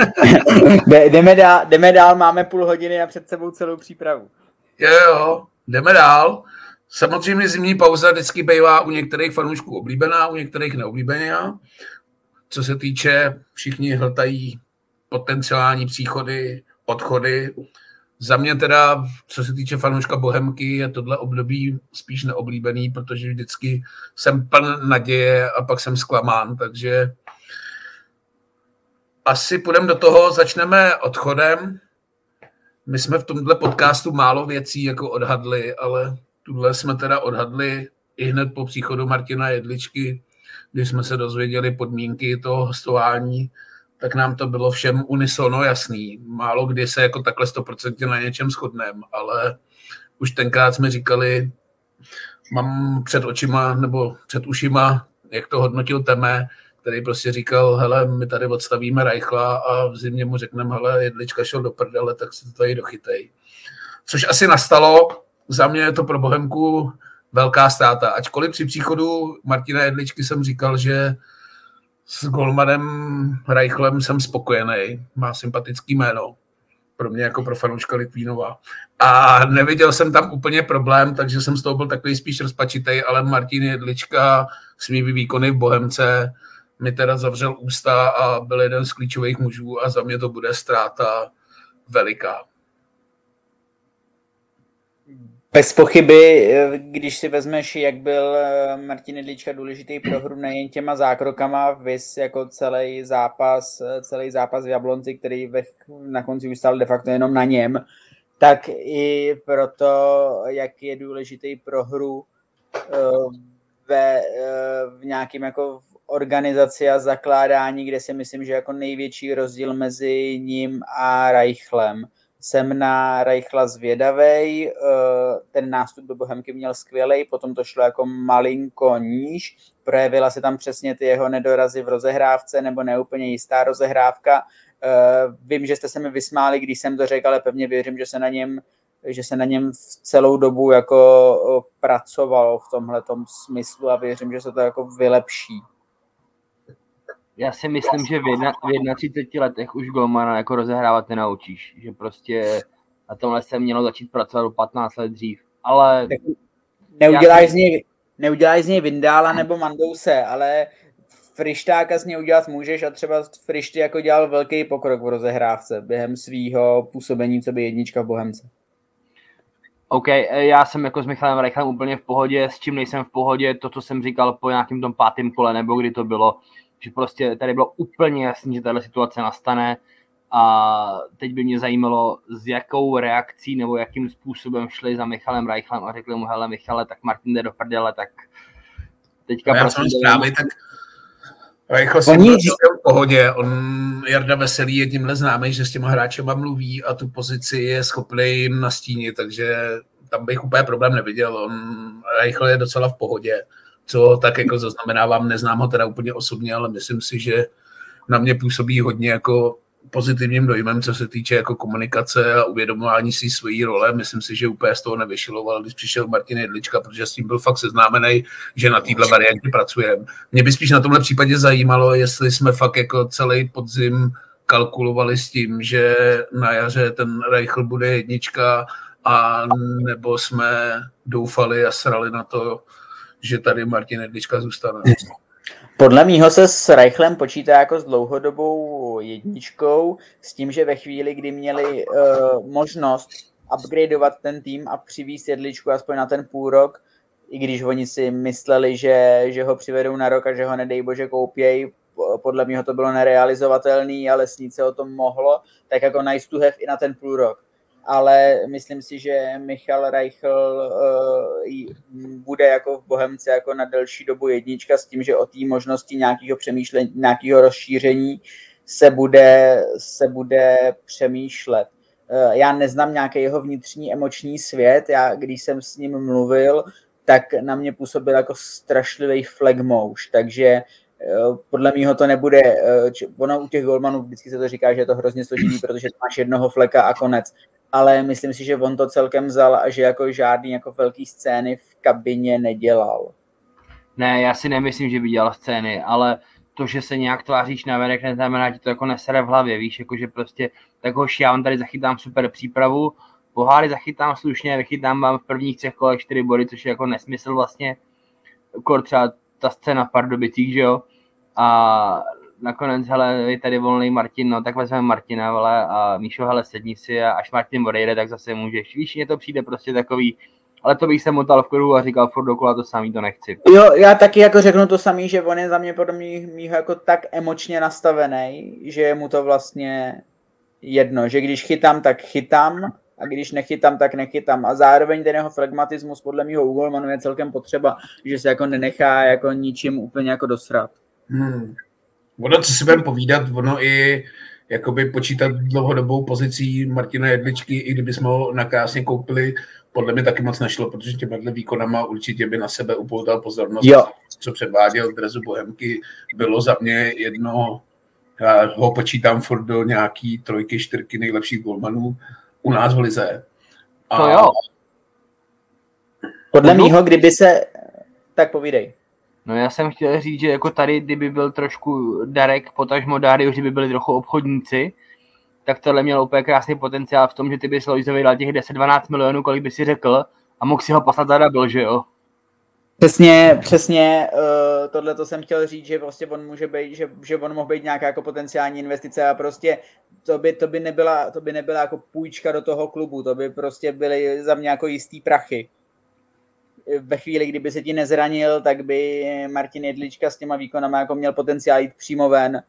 jdeme dál, máme půl hodiny a před sebou celou přípravu. Jo, jdeme dál. Samozřejmě zimní pauza vždycky bývá u některých fanoušků oblíbená, u některých neoblíbená. Co se týče, všichni hltají potenciální příchody, odchody. Za mě teda, co se týče fanouška Bohemky, je tohle období spíš neoblíbený, protože vždycky jsem pln naděje a pak jsem zklamán, takže asi půjdeme do toho, začneme odchodem. My jsme v tomhle podcastu málo věcí jako odhadli, ale tuhle jsme teda odhadli i hned po příchodu Martina Jedličky, když jsme se dozvěděli podmínky toho hostování, tak nám to bylo všem unisono jasný. Málo kdy se jako takhle 100% na něčem shodneme, ale už tenkrát jsme říkali, mám před očima nebo před ušima, jak to hodnotil Teme, který prostě říkal, hele, my tady odstavíme Reichla a v zimě mu řekneme, hele, Jedlička šel do prdele, tak si to tady dochytej. což asi nastalo. Za mě je to pro Bohemku velká ztráta. Ačkoliv při příchodu Martina Jedličky jsem říkal, že s golmanem Reichlem jsem spokojený. Má sympatický jméno. Pro mě jako pro fanouška Litvínova. A neviděl jsem tam úplně problém, takže jsem z toho byl takový spíš rozpačitej, ale Martin Jedlička svými výkony v Bohemce mi teda zavřel ústa a byl jeden z klíčových mužů a za mě to bude ztráta veliká. Bez pochyby, když si vezmeš, jak byl Martin Jedlička důležitý pro hru nejen těma zákrokama, vys jako celý zápas v Jablonci, který na konci už stál de facto jenom na něm, tak i proto, jak je důležitý pro hru v nějakým jako organizaci a zakládání, kde si myslím, že jako největší rozdíl mezi ním a Reichlem. Jsem na Reichla zvědavej, ten nástup do Bohemky měl skvělej, potom to šlo jako malinko níž, projevila se tam přesně ty jeho nedorazy v rozehrávce nebo neúplně jistá rozehrávka. Vím, že jste se mi vysmáli, když jsem to řekl, ale pevně věřím, že se na něm celou dobu jako pracovalo v tomhletom smyslu a věřím, že se to jako vylepší. Já si myslím, že v 31 letech už golmana jako rozehrávat nenaučíš, že prostě na tomhle se mělo začít pracovat do 15 let dřív, ale... Neuděláš z něj Vindála nebo Mandouse, ale Frištáka z něj udělat můžeš a třeba Frišty jako dělal velký pokrok v rozehrávce během svýho působení, co by jednička v Bohemce. OK, já jsem jako s Michalem Reichlem úplně v pohodě, s čím nejsem v pohodě, to, co jsem říkal po nějakém tom 5. kole, nebo kdy to bylo, že prostě tady bylo úplně jasný, že tahle situace nastane a teď by mě zajímalo, s jakou reakcí nebo jakým způsobem šli za Michalem Reichlem a řekli mu, hele Michale, tak Martin jde do prdele, tak teďka... Já jsem zprávy, tak Reichl si byl v pohodě, Jarda Veselý je tímhle známý, že s těma hráčema mluví a tu pozici je schopný jim nastínit, takže tam bych úplně problém neviděl, Reichl je docela v pohodě. Co tak jako zaznamenávám, neznám ho teda úplně osobně, ale myslím si, že na mě působí hodně jako pozitivním dojmem, co se týče jako komunikace a uvědomování si svojí role. Myslím si, že úplně z toho nevyšiloval, když přišel Martin Jedlička, protože s tím byl fakt seznámený, že na této variantě pracujeme. Mě by spíš na tomhle případě zajímalo, jestli jsme fakt jako celý podzim kalkulovali s tím, že na jaře ten Reichl bude jednička, a nebo jsme doufali a srali na to, že tady Martin Jedlička zůstane. Podle mýho se s Reichlem počítá jako s dlouhodobou jedničkou, s tím, že ve chvíli, kdy měli možnost upgradeovat ten tým a přivést Jedličku aspoň na ten půl rok, i když oni si mysleli, že ho přivedou na rok a že ho nedej bože koupěj, podle mýho to bylo nerealizovatelný, ale snít se o tom mohlo, tak jako nice to have i na ten půl rok. Ale myslím si, že Michal Reichl bude jako v Bohemce jako na delší dobu jednička s tím, že o té možnosti nějakého přemýšlení, nějakého rozšíření se bude přemýšlet. Já neznám nějaký jeho vnitřní emoční svět, když jsem s ním mluvil, tak na mě působil jako strašlivý flegmouš, takže podle mýho to nebude, ono u těch golmanů vždycky se to říká, že je to hrozně složitý, protože máš jednoho fleka a konec. Ale myslím si, že on to celkem vzal a že jako žádný jako velký scény v kabině nedělal. Ne, já si nemyslím, že by dělal scény, ale to, že se nějak tváříš navenek, neznamená, že to jako nesere v hlavě, víš, jakože prostě tak hoši, já vám tady zachytám super přípravu, poháry zachytám slušně, vychytám vám v prvních 3 kolech 4 body, což je jako nesmysl vlastně, jako třeba ta scéna v Pardubicích, že jo, a nakonec, hele, je tady volný Martin, no tak vezmeme Martina, vole, a Míšo, hele, sedni si a až Martin odejde, tak zase můžeš. Víš, mně to přijde prostě takový, ale to bych se motal v kruhu a říkal furt dokola to samý, to nechci. Jo, já taky jako řeknu to samý, že on je za mě podle mýho jako tak emočně nastavený, že je mu to vlastně jedno, že když chytám, tak chytám a když nechytám, tak nechytám. A zároveň ten jeho flegmatismus podle mýho u golmanu je celkem potřeba, že se jako nenechá jako ničím úplně jako dosrat. Ono, co si budeme povídat, ono i jakoby počítat dlouhodobou pozicí Martina Jedličky, i kdybychom ho nakrásně koupili, podle mě taky moc nešlo, protože těmhle výkonama určitě by na sebe upoutal pozornost. Jo. Co předváděl v dresu Bohemky, bylo za mě jedno, já ho počítám furt do nějaký 3, 4 nejlepších golmanů u nás v lize. To jo. Podle mýho, kdyby se... Tak povídej. No já jsem chtěl říct, že jako tady, kdyby byl trošku Darek, potažmo Darius, kdyby byli trochu obchodníci, tak tohle mělo úplně krásný potenciál v tom, že ty bys Loisovi dal těch 10-12 milionů, kolik by si řekl, a mohl si ho poslat za double, že jo? Přesně, tohle to jsem chtěl říct, že prostě on může být, že on mohl být nějaká jako potenciální investice a prostě to by nebyla jako půjčka do toho klubu, to by prostě byly za mě jako jistý prachy. Ve chvíli, kdyby se ti nezranil, tak by Martin Jedlička s těma výkonama jako měl potenciál jít přímo ven.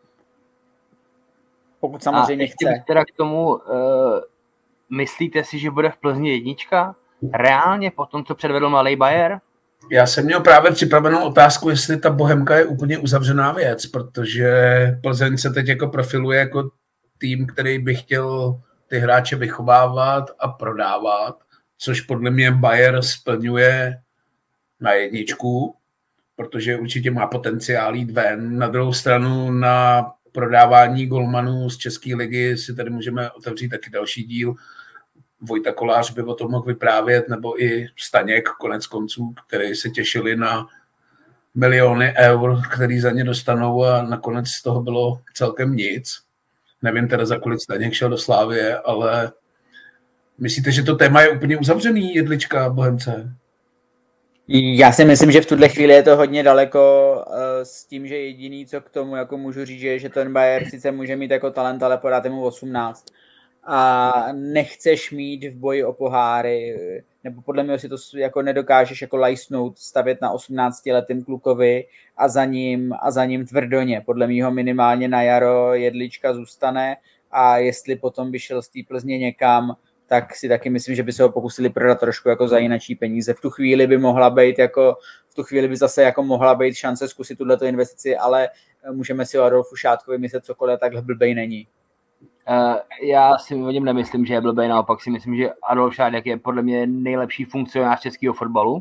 Pokud samozřejmě chce. A teda k tomu, myslíte si, že bude v Plzni jednička? Reálně po tom, co předvedl malej Bayer? Já jsem měl právě připravenou otázku, jestli ta Bohemka je úplně uzavřená věc, protože Plzeň se teď jako profiluje jako tým, který by chtěl ty hráče vychovávat a prodávat, což podle mě Bayer splňuje na jedničku, protože určitě má potenciál jít ven. Na druhou stranu na prodávání golmanů z České ligy si tady můžeme otevřít taky další díl. Vojta Kolář by o tom mohl vyprávět, nebo i Staněk konec konců, který se těšili na miliony eur, který za ně dostanou a nakonec z toho bylo celkem nic. Nevím teda, za kolik Staněk šel do Slávie, ale myslíte, že to téma je úplně uzavřený, Jedlička, Bohemce? Já si myslím, že v tuhle chvíli je to hodně daleko s tím, že jediný, co k tomu jako můžu říct, je, že ten Bayer sice může mít jako talent, ale podáte mu 18. A nechceš mít v boji o poháry, nebo podle mě si to jako nedokážeš jako lajsnout, stavět na 18letým klukovi a za ním tvrdoně. Podle mýho minimálně na jaro Jedlička zůstane a jestli potom by šel z té Plzně někam, tak si taky myslím, že by se ho pokusili prodat trošku jako za jinačí peníze. V tu chvíli by zase jako mohla být šance zkusit tuto investici, ale můžeme si o Adolfu Šátkovi myslet cokoliv, takhle blbej není. Já si o něm nemyslím, že je blbej, naopak si myslím, že Adolf Šádek je podle mě nejlepší funkcionář českého fotbalu.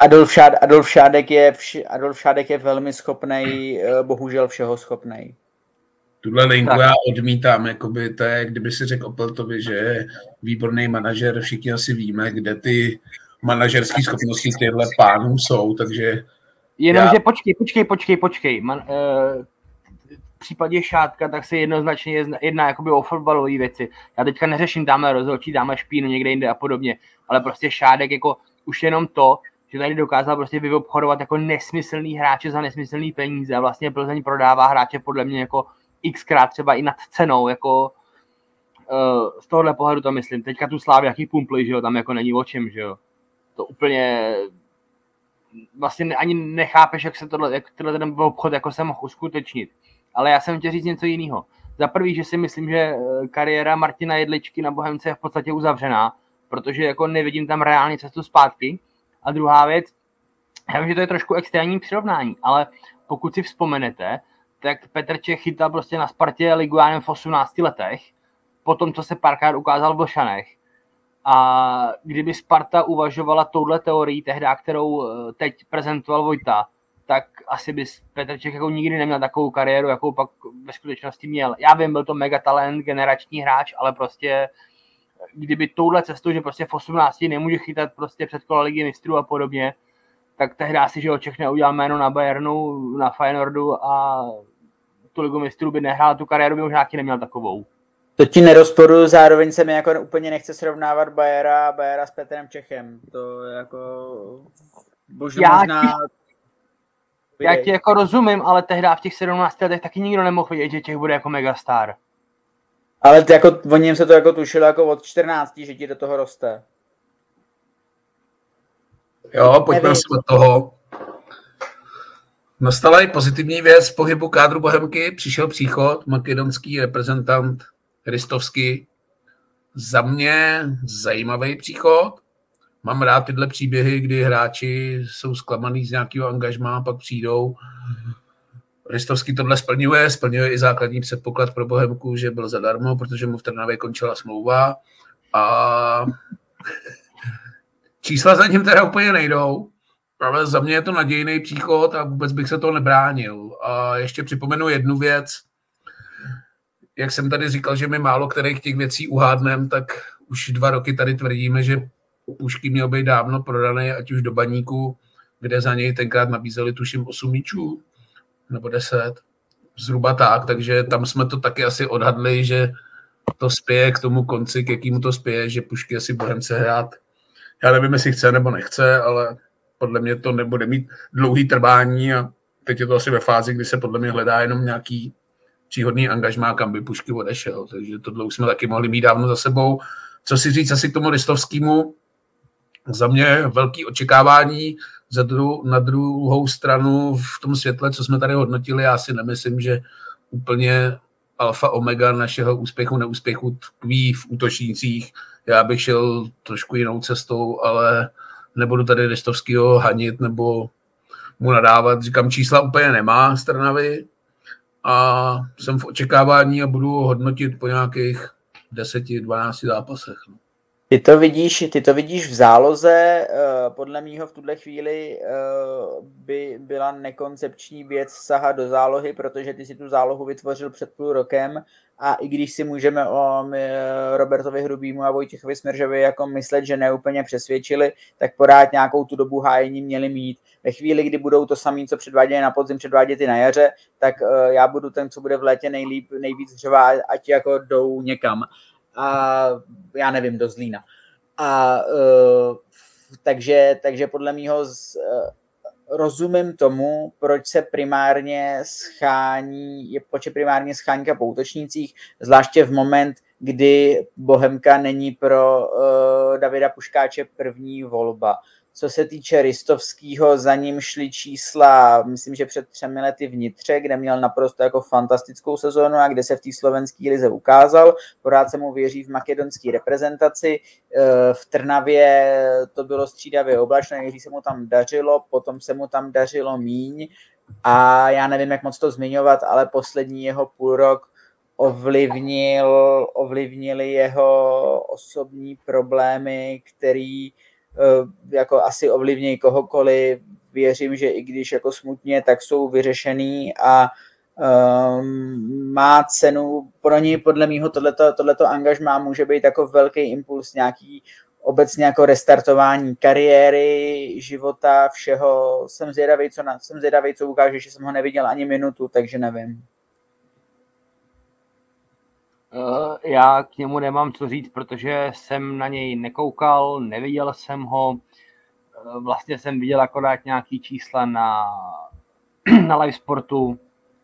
Adolf Šádek je velmi schopnej, bohužel všeho schopnej. Tuhle linku já odmítám, jakoby to je, kdyby si řekl Opeltovi, že je výborný manažer, všichni asi víme, kde ty manažerské schopnosti těchto pánů jsou, takže... Jenomže počkej. V případě Šátka, tak se jednoznačně jedná jakoby o fotbalové věci. Já teďka neřeším, dáme rozhodčí, dáme špínu někde jinde a podobně, ale prostě Šádek jako už jenom to, že tady dokázal prostě vyobchodovat jako nesmyslný hráče za nesmyslný peníze a vlastně Plzeň prodává hráče podle mě jako xkrát třeba i nad cenou, jako z tohohle pohledu to myslím. Teďka tu Slávy jaký pumpli, že jo, tam jako není o čem, že jo. To úplně vlastně ani nechápeš, jak tenhle ten obchod jako se mohl uskutečnit. Ale já jsem chtěl říct něco jiného. Za prvý, že si myslím, že kariéra Martina Jedličky na Bohemce je v podstatě uzavřená, protože jako nevidím tam reálně cestu zpátky. A druhá věc, já vím, že to je trošku extrémní přirovnání, ale pokud si vzpomenete, tak Petr Čech chytal prostě na Spartě Liguánem v 18 letech, po tom, co se párkrát ukázal v Blšanech. A kdyby Sparta uvažovala touhle teorií tehdy, kterou teď prezentoval Vojta, tak asi by Petr Čech jako nikdy neměl takovou kariéru, jakou pak ve skutečnosti měl. Já vím, byl to mega talent, generační hráč, ale prostě kdyby touhle cestou, že prostě v 18 nemůže chytat prostě předkola Ligy mistrů a podobně, tak tehdy asi, že Čech neudělal jméno na Bayernu, na Feyenoordu a tu Ligu mistrů by nehrál, tu kariéru by možná neměl takovou. To ti nerozporuju, zároveň se mi jako úplně nechce srovnávat Bayera s Petrem Čechem. To jako... Já ti jako rozumím, ale tehdy v těch 17 letech taky nikdo nemohl vědět, že Čech bude jako megastar. Ale jako, o něm se to jako tušilo jako od 14, že ti do toho roste. Jo, pojďme si od toho. Nastala i pozitivní věc v pohybu kádru Bohemky. Přišel příchod, makedonský reprezentant Ristovský. Za mě zajímavý příchod. Mám rád tyhle příběhy, kdy hráči jsou zklamaný z nějakého angažmá, pak přijdou. Ristovský tohle splňuje i základní předpoklad pro Bohemku, že byl zadarmo, protože mu v Trnavě končila smlouva. A čísla za ním teda úplně nejdou, ale za mě je to nadějný příchod a vůbec bych se toho nebránil. A ještě připomenu jednu věc. Jak jsem tady říkal, že my málo kterých těch věcí uhádnem, tak už 2 roky tady tvrdíme, že Pušky měl být dávno prodaný, ať už do Baníku, kde za něj tenkrát nabízeli tuším 8 míčů, nebo 10, zhruba tak, takže tam jsme to taky asi odhadli, že to spěje k tomu konci, k jakému to spěje, že Pušky asi Bohemce hrát. Já nevím, jestli chce nebo nechce, ale podle mě to nebude mít dlouhý trvání a teď je to asi ve fázi, kdy se podle mě hledá jenom nějaký příhodný angažmá, kam by Pušky odešel, takže tohle už jsme taky mohli mít dávno za sebou. Co si říct asi k tomu Ristovskému? Za mě velký očekávání, na druhou stranu v tom světle, co jsme tady hodnotili, já si nemyslím, že úplně alfa omega našeho úspěchu, neúspěchu tkví v útočnících. Já bych šel trošku jinou cestou, ale nebudu tady Ristovského hanit nebo mu nadávat. Říkám, čísla úplně nemá z Trnavy a jsem v očekávání a budu hodnotit po nějakých 10-12 zápasech. Ty to vidíš v záloze, podle mýho v tuhle chvíli by byla nekoncepční věc sahat do zálohy, protože ty si tu zálohu vytvořil před půl rokem a i když si můžeme o Robertovi Hrubýmu a Vojtěchovi Smiržovi jako myslet, že neúplně přesvědčili, tak pořád nějakou tu dobu hájení měli mít. Ve chvíli, kdy budou to samé, co předvádějí na podzim, předvádět i na jaře, tak já budu ten, co bude v létě nejvíc řvá, ať jako jdou někam. A já nevím, do Zlína. A takže podle mýho rozumím tomu, proč se primárně schání po útočnících, zvláště v moment, kdy Bohemka není pro Davida Puškáče první volba. Co se týče Ristovského, za ním šly čísla, myslím, že před 3 lety v Nitře, kde měl naprosto jako fantastickou sezónu a kde se v té slovenské lize ukázal. Pořád se mu věří v makedonské reprezentaci. V Trnavě to bylo střídavě oblačno, nejdřív se mu tam dařilo, potom se mu tam dařilo míň a já nevím, jak moc to zmiňovat, ale poslední jeho půlrok ovlivnili jeho osobní problémy, který jako asi ovlivnějí kohokoliv. Věřím, že i když jako smutně, tak jsou vyřešený a má cenu pro něj podle mýho tohleto angažmá může být jako velký impuls, nějaký obecně jako restartování kariéry, života, všeho. Jsem zvědavý, co ukáže, že jsem ho neviděl ani minutu, takže nevím. Já k němu nemám co říct, protože jsem na něj nekoukal, neviděl jsem ho. Vlastně jsem viděl akorát nějaký čísla na live sportu.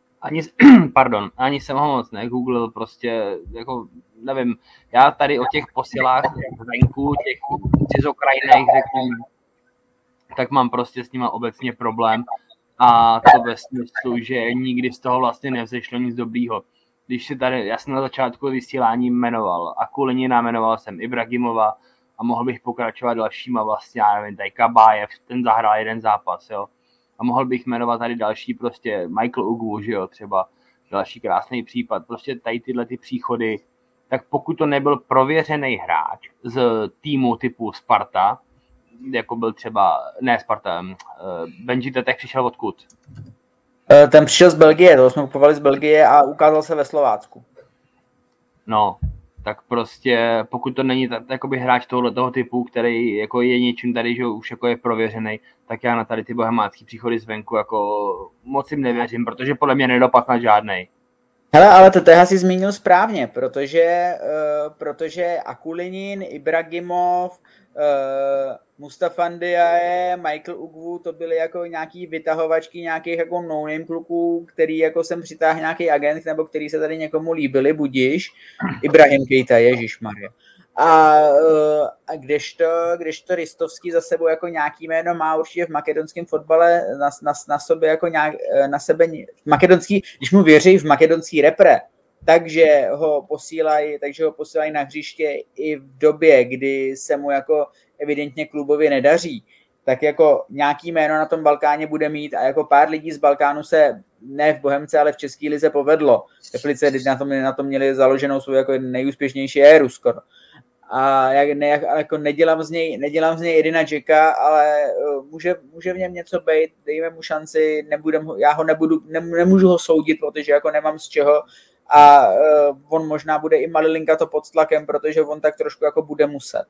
Ani jsem ho moc negooglil, prostě jako nevím. Já tady o těch posilách venku, těch cizokrajných řeknu, tak mám prostě s nima obecně problém. A to ve smyslu, že nikdy z toho vlastně nevzešlo nic dobrýho. Když si tady, já jsem na začátku vysílání jmenoval Akulinina, jmenoval jsem Ibrahimova a mohl bych pokračovat dalšíma vlastně, já nevím, tady Kabájev, ten zahrál 1 zápas, jo. A mohl bych jmenovat tady další prostě Michael Ugwu, že jo, třeba další krásný případ. Prostě tady tyhle ty příchody, tak pokud to nebyl prověřený hráč z týmu typu Sparta, jako byl třeba, ne Sparta, Benji Tetek přišel odkud? Ten přišel z Belgie, to jsme kupovali z Belgie a ukázal se ve Slovácku. No, tak prostě pokud to není takoby hráč toho typu, který jako je něčím tady, že už jako je prověřený, tak já na tady ty bohemácký příchody zvenku jako moc jim nevěřím, protože podle mě nedopad na žádnej. Hele, ale TTH si zmínil správně, protože Akulinin, Ibrahimov, Mustafa Ndiaye, Michael Ugwu, to byly jako nějaký vytahovačky nějakých jako no-name kluků, který jako sem přitáhl nějaký agent, nebo který se tady někomu líbili, budíš. Ibrahim Keita, ježišmarja. A kdežto Ristovský za sebou jako nějaký jméno má určitě v makedonském fotbale na sobě jako na sebe makedonský, když mu věří v makedonský repre, takže ho posílají na hřiště i v době, kdy se mu jako evidentně klubově nedaří, tak jako nějaký jméno na tom Balkáně bude mít a jako pár lidí z Balkánu se ne v Bohemce, ale v české lize povedlo. Teplice na tom měli založenou svou jako nejúspěšnější éru skoro. A jako nedělám z něj Edina Jacka, ale může v něm něco být, dejme mu šanci, nemůžu ho soudit, protože jako nemám z čeho a on možná bude i malilinka to pod tlakem, protože on tak trošku jako bude muset.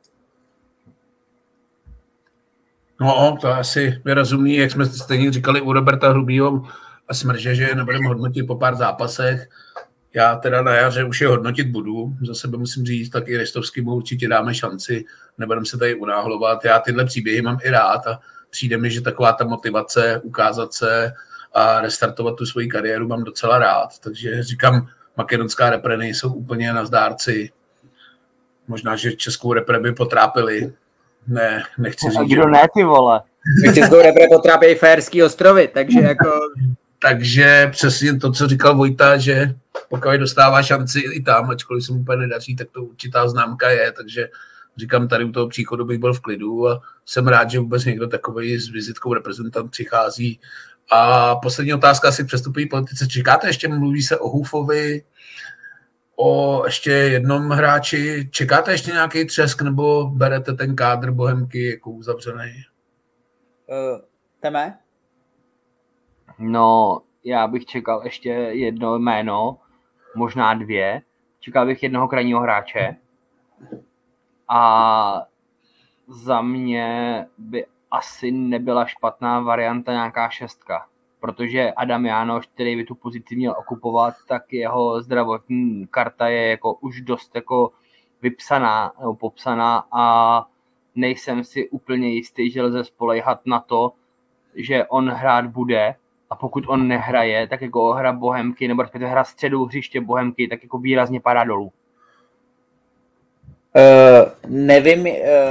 No, to asi je rozumný, jak jsme stejně říkali u Roberta Hrubýho a Smrže, že nebudeme hodnotit po pár zápasech. Já teda na jaře už je hodnotit budu. Za sebe musím říct, tak i Ristovskému určitě dáme šanci. Nebudeme se tady unáhlovat. Já tyhle příběhy mám i rád a přijde mi, že taková ta motivace ukázat se a restartovat tu svoji kariéru mám docela rád. Takže říkám, makedonská repre nejsou úplně na zdárci. Možná, že českou repre by potrápili. Ne, nechci říct. A kdo ne, ty vole? Českou repre potrápí Faerský ostrovy, takže jako... Takže přesně to, co říkal Vojta, že pokud dostává šanci i tam, ačkoliv se mu úplně nedaří, tak to určitá známka je, takže říkám, tady u toho příchodu bych byl v klidu a jsem rád, že vůbec někdo takovej s vizitkou reprezentant přichází. A poslední otázka asi přestupují politice. Čekáte ještě, mluví se o Hufovi, o ještě jednom hráči, čekáte ještě nějaký třesk nebo berete ten kádr Bohemky jako uzavřený? Teme? No, já bych čekal ještě jedno jméno, možná dvě. Čekal bych jednoho krajního hráče. A za mě by asi nebyla špatná varianta nějaká šestka. Protože Adam Jánoš, který by tu pozici měl okupovat, tak jeho zdravotní karta je jako už dost jako vypsaná nebo popsaná a nejsem si úplně jistý, že lze spoléhat na to, že on hrát bude. A pokud on nehraje, tak jako hra Bohemky, nebo respektive hra středu hřiště Bohemky, tak jako výrazně padá dolů. Nevím,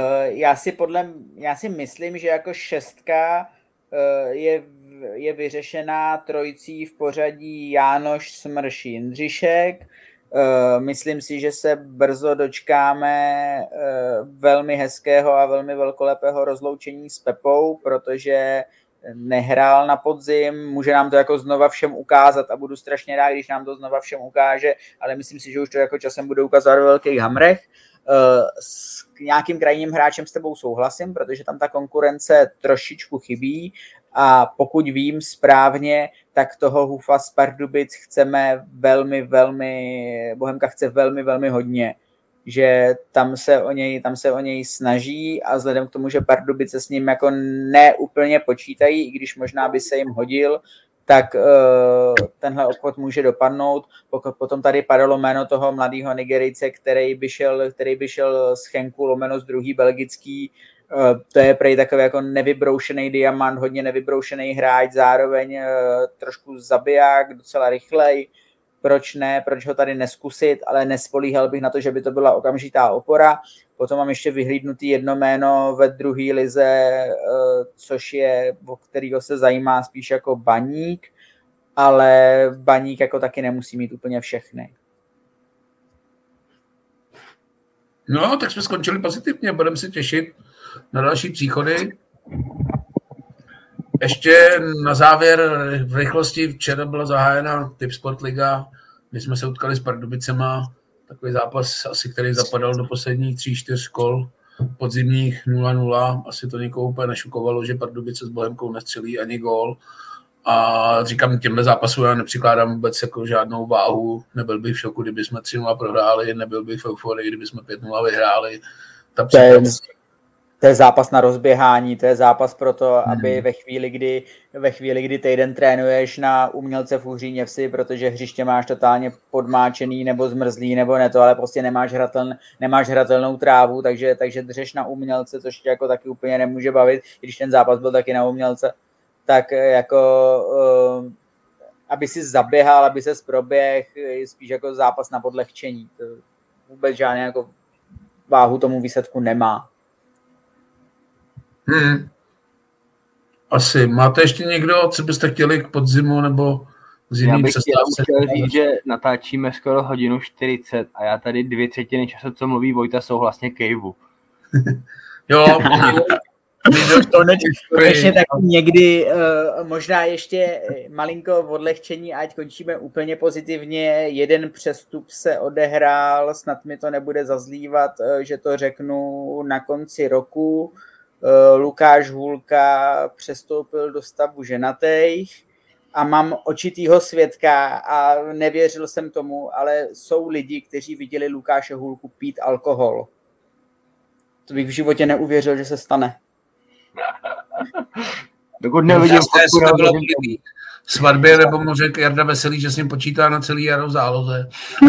já si myslím, že jako šestka je vyřešená trojicí v pořadí Jánoš, Smrš, Jindřišek. Myslím si, že se brzo dočkáme velmi hezkého a velmi velkolepého rozloučení s Pepou, protože nehrál na podzim, může nám to jako znova všem ukázat a budu strašně rád, když nám to znova všem ukáže, ale myslím si, že už to jako časem bude ukazovat ve velkých hamrech. S nějakým krajním hráčem s tebou souhlasím, protože tam ta konkurence trošičku chybí a pokud vím správně, tak toho Hufa z Pardubic chceme Bohemka chce velmi hodně, že tam se o něj snaží a vzhledem k tomu, že Pardubice s ním jako neúplně počítají, i když možná by se jim hodil, tak tenhle obchod může dopadnout. Potom tady padalo jméno toho mladého Nigerijce, který by šel z Chenku lomeno z druhý belgický. To je prej takový jako nevybroušený diamant, hodně nevybroušený hráč, zároveň trošku zabiják, docela rychlej. Proč ne, proč ho tady neskusit, ale nespolíhal bych na to, že by to byla okamžitá opora. Potom mám ještě vyhlídnutý jedno jméno ve druhé lize, což je, o kterého se zajímá spíš jako Baník, ale Baník jako taky nemusí mít úplně všechny. No, tak jsme skončili pozitivně, budeme se těšit na další příchody. Ještě na závěr v rychlosti včera byla zahájena Tipsport Liga, kdy jsme se utkali s Pardubicema. Takový zápas, asi který zapadal do posledních 3-4 kol podzimních 0-0. Asi to někoho úplně nešukovalo, že Pardubice s Bohemkou nestřelí ani gól. A říkám, těmhle zápasům já nepřikládám vůbec jako žádnou váhu. Nebyl bych v šoku, kdyby jsme 3-0 prohráli, nebyl bych v euforii, kdyby jsme 5-0 vyhráli. To je zápas na rozběhání, to je zápas pro to, aby ve chvíli, kdy týden trénuješ na umělce v Uhříněvsi, protože hřiště máš totálně podmáčený nebo zmrzlý nebo ne to, ale prostě nemáš hratelnou trávu, takže dřeš na umělce, což tě jako taky úplně nemůže bavit, když ten zápas byl taky na umělce, tak jako aby si zaběhal, aby se proběh, je spíš jako zápas na podlehčení. To vůbec žádný jako váhu tomu výsledku nemá. Asi. Máte ještě někdo, co byste chtěli k podzimu nebo z jiný přestávce? Já bych chtěl říct, že natáčíme skoro 1:40 a já tady 2/3 času, co mluví Vojta, jsou vlastně kejvu. Jo, konečně tak někdy možná ještě malinko odlehčení, ať končíme úplně pozitivně. Jeden přestup se odehrál, snad mi to nebude zazlívat, že to řeknu na konci roku. Lukáš Hůlka přestoupil do stavu ženatých. a mám očitýho svědka a nevěřil jsem tomu, ale jsou lidi, kteří viděli Lukáše Hulku pít alkohol. To bych v životě neuvěřil, že se stane. Dokud nevidím svatbě, nebo mu řekl Jarda Veselý, že s ním počítá na celý jaro v záloze.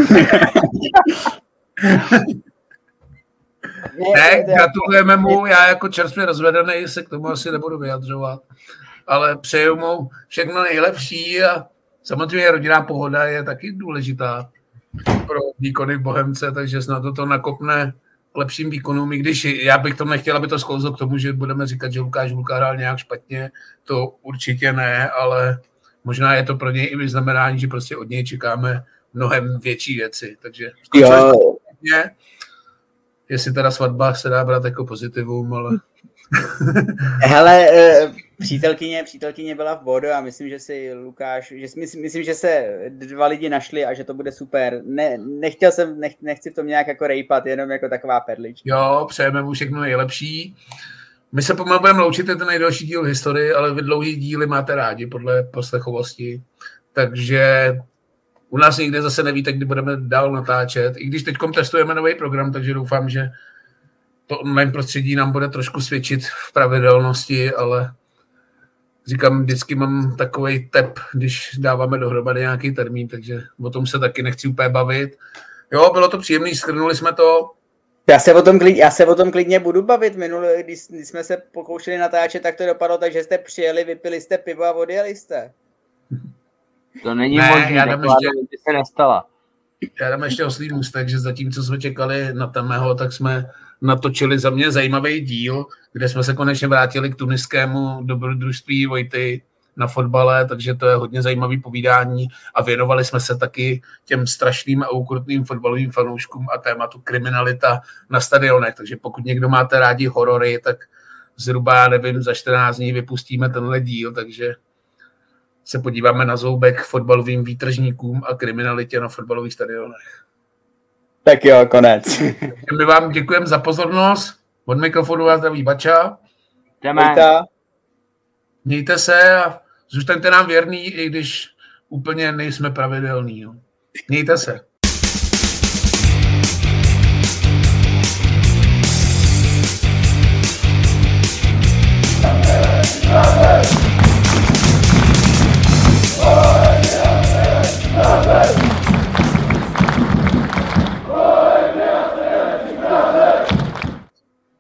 Ne, gratulujeme mu, já jako čerstvě rozvedený se k tomu asi nebudu vyjadřovat, ale přeju mu všechno nejlepší a samozřejmě rodinná pohoda je taky důležitá pro výkony v Bohemce, takže snad to nakopne k lepším výkonům, i když já bych to nechtěl, aby to sklouzlo k tomu, že budeme říkat, že Lukáš Hulka hrál nějak špatně, to určitě ne, ale možná je to pro něj i vyznamenání, že prostě od něj čekáme mnohem větší věci, takže špatně, jestli teda svatba se dá brát jako pozitivum, ale... Hele, přítelkyně byla v Bodo a myslím, že si Lukáš, myslím, že se 2 lidi našli a že to bude super. Nechci v tom nějak jako rejpat, jenom jako taková perlička. Jo, přejeme mu všechno nejlepší. My se pomalu budeme loučit, je to nejdelší díl v historii, ale vy dlouhý díly máte rádi podle poslechovosti, takže u nás nikde zase nevíte, kdy budeme dál natáčet. I když teďkom testujeme nový program, takže doufám, že to online prostředí nám bude trošku svědčit v pravidelnosti, ale říkám, vždycky mám takovej tep, když dáváme dohromady nějaký termín, takže o tom se taky nechci úplně bavit. Jo, bylo to příjemný, shrnuli jsme to. Já se o tom klidně budu bavit. Minule, když jsme se pokoušeli natáčet, tak to dopadlo tak, že jste přijeli, vypili jste pivo a odjeli jste. To není možné, taková se nestala. Já dám ještě oslý můstek, že zatímco jsme čekali na Temého, tak jsme natočili za mě zajímavý díl, kde jsme se konečně vrátili k tuniskému dobrodružství Vojty na fotbale, takže to je hodně zajímavý povídání a věnovali jsme se taky těm strašným a ukrutným fotbalovým fanouškům a tématu kriminalita na stadionech, takže pokud někdo máte rádi horory, tak zhruba, já nevím, za 14 dní vypustíme tenhle díl, takže se podíváme na zoubek fotbalovým výtržníkům a kriminalitě na fotbalových stadionech. Tak jo, konec. My vám děkujeme za pozornost. Od mikrofonu vás zdraví Bača. Mějte se a zůstaňte nám věrný, i když úplně nejsme pravidelní. Jo. Mějte se.